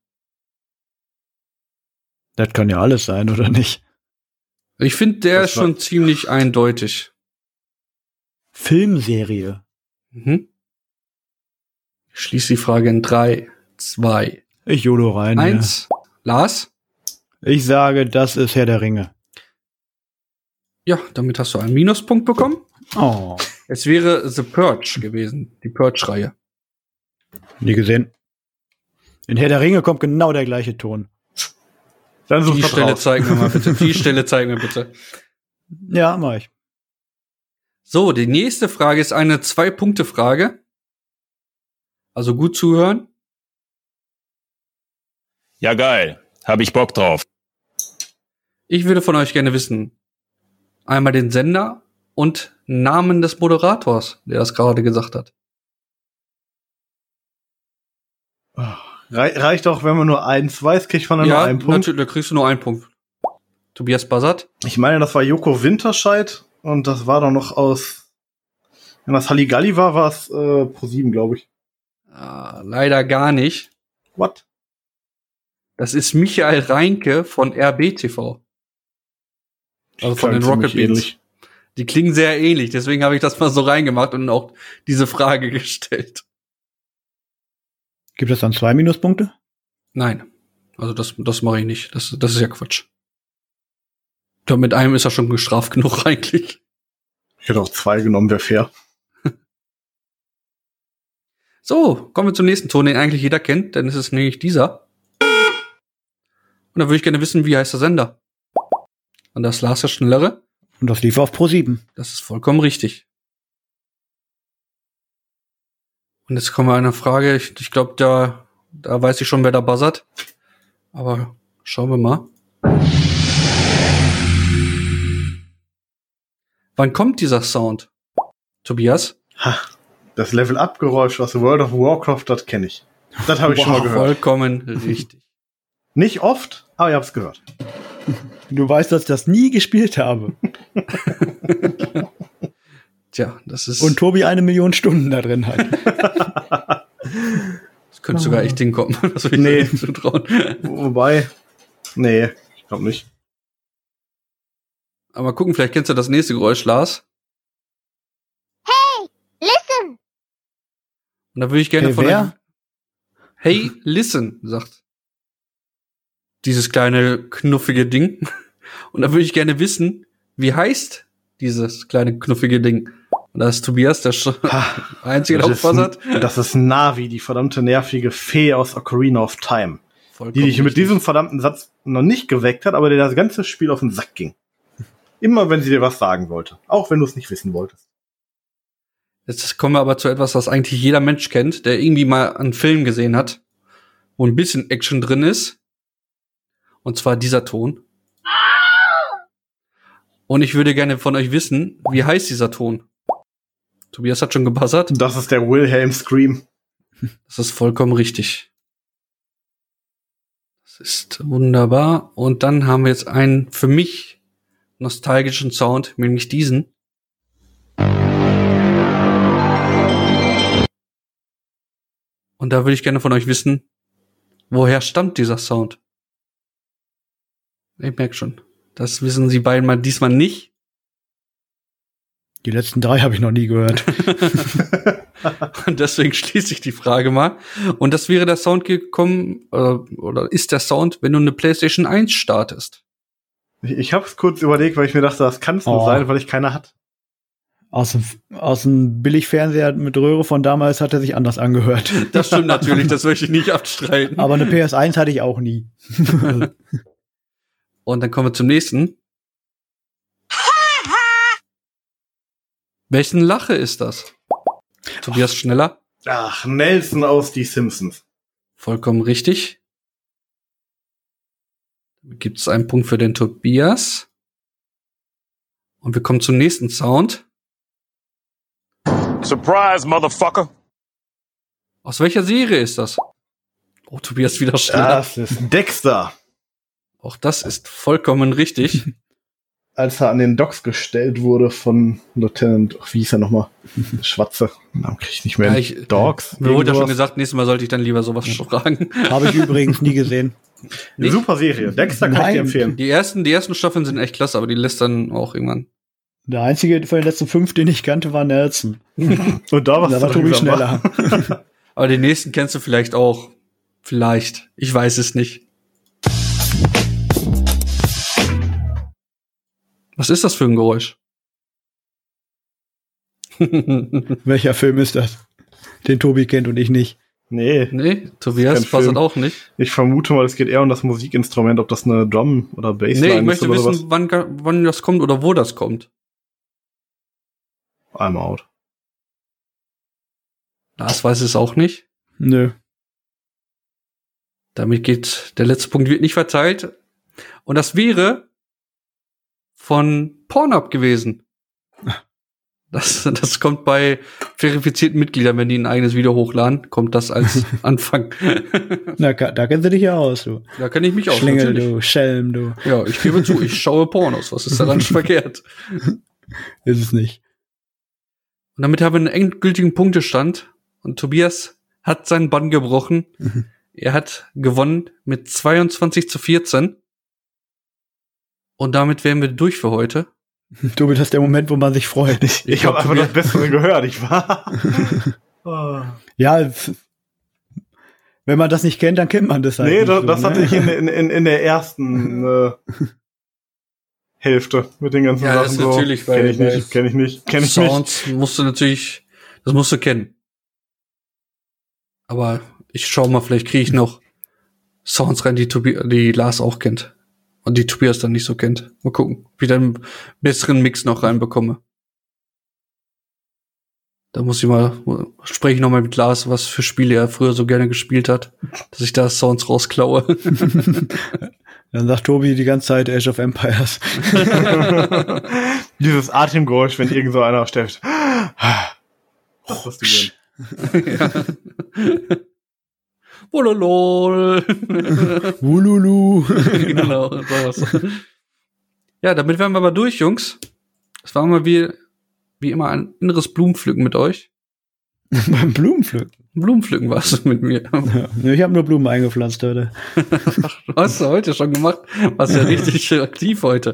Das kann ja alles sein, oder nicht? Ich finde, der Das ist war- schon ziemlich eindeutig. Filmserie. Mhm. Ich schließe die Frage in 3, 2, Ich jolo rein. 1. Lars? Ja. Ich sage, das ist Herr der Ringe. Ja, damit hast du einen Minuspunkt bekommen. Oh. Es wäre The Purge gewesen, die Purge-Reihe. Nie gesehen. In Herr der Ringe kommt genau der gleiche Ton. Dann such Die das Stelle raus. zeig mir mal bitte. Die Stelle zeig mir bitte. Ja, mach ich. So, die nächste Frage ist eine 2-Punkte-Frage. Also gut zuhören. Ja, geil. Hab ich Bock drauf. Ich würde von euch gerne wissen, einmal den Sender und Namen des Moderators, der das gerade gesagt hat. Reicht auch, wenn man nur eins weiß, kriegt man dann nur einen Punkt. natürlich, da kriegst du nur einen Punkt. Tobias Buzzard. Ich meine, das war Joko Winterscheid und das war doch noch aus. Wenn das Halligalli war es Pro7, glaube ich. Leider gar nicht. What? Das ist Michael Reinke von RBTV. Also von den Klang Rocket ziemlich Beans. ähnlich. Die klingen sehr ähnlich, deswegen habe ich das mal so reingemacht und auch diese Frage gestellt. Gibt es dann 2 Minuspunkte? Nein. Also das mache ich nicht. Das ist ja Quatsch. Ich glaube, mit einem ist er schon gestraft genug eigentlich. Ich hätte auch 2 genommen, wäre fair. So, kommen wir zum nächsten Ton, den eigentlich jeder kennt, denn es ist nämlich dieser. Und da würde ich gerne wissen, wie heißt der Sender? Und das Lars der Schnellere. Und das lief auf Pro7. Das ist vollkommen richtig. Und jetzt kommen wir an eine Frage. Ich glaube, da weiß ich schon, wer da buzzert. Aber schauen wir mal. Wann kommt dieser Sound? Tobias? Ha, das Level-Up-Geräusch aus World of Warcraft, das kenne ich. Das habe ich schon mal gehört. Vollkommen richtig. Nicht oft, aber ich habe es gehört. Du weißt, dass ich das nie gespielt habe. Tja, das ist... Und Tobi 1 Million Stunden da drin hat. Das könnte sogar echt hinkommen. Das will ich Nee. nicht zutrauen. Wobei, nee, ich glaube nicht. Aber mal gucken, vielleicht kennst du das nächste Geräusch, Lars. Listen. Und da würde ich gerne Hey, von wer? euch... Hey, listen, sagt dieses kleine knuffige Ding. Und da würde ich gerne wissen, wie heißt dieses kleine knuffige Ding? Und da ist Tobias, der Einzige, der aufpassert. Das ist Navi, die verdammte nervige Fee aus Ocarina of Time. Vollkommen Die dich mit richtig. diesem verdammten Satz noch nicht geweckt hat, aber der das ganze Spiel auf den Sack ging. Immer wenn sie dir was sagen wollte. Auch wenn du es nicht wissen wolltest. Jetzt kommen wir aber zu etwas, was eigentlich jeder Mensch kennt, der irgendwie mal einen Film gesehen hat, wo ein bisschen Action drin ist. Und zwar dieser Ton. Und ich würde gerne von euch wissen, wie heißt dieser Ton? Tobias hat schon gebuzzert. Das ist der Wilhelm Scream. Das ist vollkommen richtig. Das ist wunderbar. Und dann haben wir jetzt einen für mich nostalgischen Sound, nämlich diesen. Und da würde ich gerne von euch wissen, woher stammt dieser Sound? Ich merke schon, das wissen Sie beiden mal diesmal nicht. Die letzten 3 habe ich noch nie gehört. Und deswegen schließe ich die Frage mal. Und das wäre der Sound gekommen, oder ist der Sound, wenn du eine PlayStation 1 startest. Ich habe es kurz überlegt, weil ich mir dachte, das kann es nur sein, weil ich keine hat. Aus dem Billigfernseher mit Röhre von damals hat er sich anders angehört. Das stimmt natürlich, das möchte ich nicht abstreiten. Aber eine PS1 hatte ich auch nie. Und dann kommen wir zum nächsten. Welchen Lache ist das? Tobias schneller? Ach, Nelson aus Die Simpsons. Vollkommen richtig. Gibt es einen Punkt für den Tobias. Und wir kommen zum nächsten Sound. Surprise, motherfucker. Aus welcher Serie ist das? Oh, Tobias wieder schneller. Das ist Dexter. Auch das ist vollkommen richtig. Als er an den Docks gestellt wurde von Lieutenant, wie hieß er nochmal? Schwarze. Namen krieg ich nicht mehr. Ja, Dogs. Mir wurde ja schon irgendwas. gesagt, nächstes Mal sollte ich dann lieber sowas fragen. Habe ich übrigens nie gesehen. Nicht? Super Serie. Dexter kann ich Nein. dir empfehlen. Die ersten Staffeln sind echt klasse, aber die lässt dann auch irgendwann. Der einzige von den letzten 5, den ich kannte, war Nelson. Und da Da war Tobi schneller. Aber den nächsten kennst du vielleicht auch. Vielleicht. Ich weiß es nicht. Was ist das für ein Geräusch? Welcher Film ist das? Den Tobi kennt und ich nicht. Nee, Nee, Tobias Kein passt Film. auch nicht. ich vermute mal, es geht eher um das Musikinstrument, ob das eine Drum oder Bassline Nee, ich ist möchte oder wissen, wann das kommt oder wo das kommt. was. I'm out. Lars weiß es auch nicht. Nö. Damit geht, der letzte Punkt wird nicht verteilt. Und das wäre von Pornhub gewesen. Das kommt bei verifizierten Mitgliedern, wenn die ein eigenes Video hochladen, kommt das als Anfang. Na, da kennst du dich ja aus, du. Da kenne ich mich auch. Schlingel, natürlich. du, Schelm, du. Ja, ich gebe zu, ich schaue Pornos. Was ist daran verkehrt? Ist es nicht. Und damit haben wir einen endgültigen Punktestand. Und Tobias hat seinen Bann gebrochen. Er hat gewonnen mit 22:14. Und damit wären wir durch für heute. Tobi, das ist der Moment, wo man sich freut. Ich habe einfach das Bessere gehört, ich war. Oh. Ja, wenn man das nicht kennt, dann kennt man das halt Nee, nicht so, das ne? hatte ich in der ersten Hälfte mit den ganzen Ja, das Sachen ist natürlich, so. Kenn weil- ich nicht. Sounds musst du natürlich, das musst du kennen. Aber ich schau mal, vielleicht kriege ich noch Sounds rein, die Lars auch kennt. Und die Tobias dann nicht so kennt. Mal gucken, wie ich einen besseren Mix noch reinbekomme. Da spreche ich noch mal mit Lars, was für Spiele er früher so gerne gespielt hat, dass ich da Sounds rausklaue. Dann sagt Tobi die ganze Zeit Age of Empires. Dieses Atemgeräusch, wenn irgend so einer stirbt. Das musst du gehen. Wololol. Wululu. Genau, sowas. Ja, damit wären wir aber durch, Jungs. Es war mal wie immer ein inneres Blumenpflücken mit euch. Beim Blumenpflücken. Blumenpflücken war es mit mir. Ja, ich habe nur Blumen eingepflanzt heute. Du hast du heute schon gemacht. Warst ja richtig aktiv heute.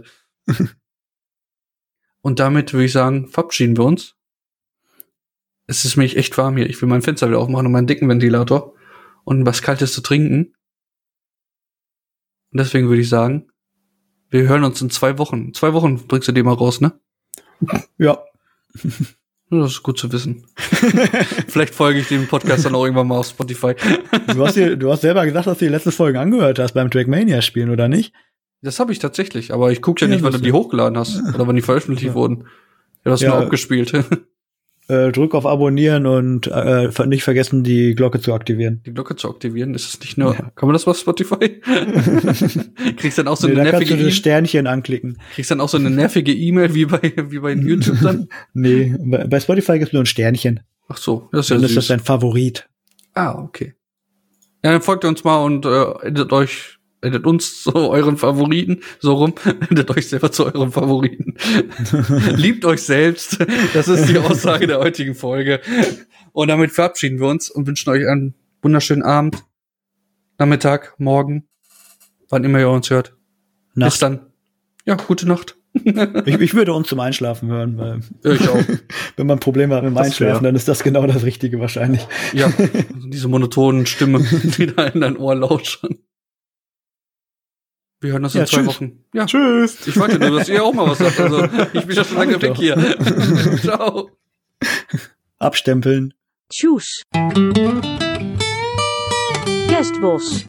Und damit würde ich sagen, verabschieden wir uns. Es ist mich echt warm hier. Ich will mein Fenster wieder aufmachen und meinen dicken Ventilator und was Kaltes zu trinken. Und deswegen würde ich sagen, wir hören uns in 2 Wochen. 2 Wochen bringst du die mal raus, ne? Ja. Das ist gut zu wissen. Vielleicht folge ich dem Podcast dann auch irgendwann mal auf Spotify. Du hast selber gesagt, dass du die letzten Folgen angehört hast beim Trackmania-Spielen, oder nicht? Das habe ich tatsächlich, aber ich gucke ja nicht, wann du die hochgeladen hast oder wann die veröffentlicht wurden. Ja, das ist nur abgespielt. Drück auf Abonnieren und nicht vergessen, die Glocke zu aktivieren. Die Glocke zu aktivieren, ist es nicht nur, kann man das auf Spotify? Kriegst dann auch so eine da nervige kannst du das Sternchen anklicken. Kriegst dann auch so eine nervige E-Mail wie bei YouTube dann? Nee, bei Spotify gibt's nur ein Sternchen. Ach so, das ist ja dann süß. ist das dein Favorit. Ah, okay. Ja, dann folgt uns mal und edit uns zu euren Favoriten, so rum, edit euch selber zu euren Favoriten. Liebt euch selbst, das ist die Aussage der heutigen Folge. Und damit verabschieden wir uns und wünschen euch einen wunderschönen Abend, Nachmittag, Morgen, wann immer ihr uns hört. Nacht. Bis dann. Ja, gute Nacht. Ich würde uns zum Einschlafen hören, weil ich auch. Wenn man Probleme hat mit dem Einschlafen, dann ist das genau das Richtige wahrscheinlich. Ja, also diese monotonen Stimmen, die da in dein Ohr lauschen. Wir hören uns in 2 Wochen. Ja, tschüss. Ich wollte nur, dass ihr auch mal was sagt. Also, ich bin ja schon lange weg hier. Ciao. Abstempeln. Tschüss. Kerstbos.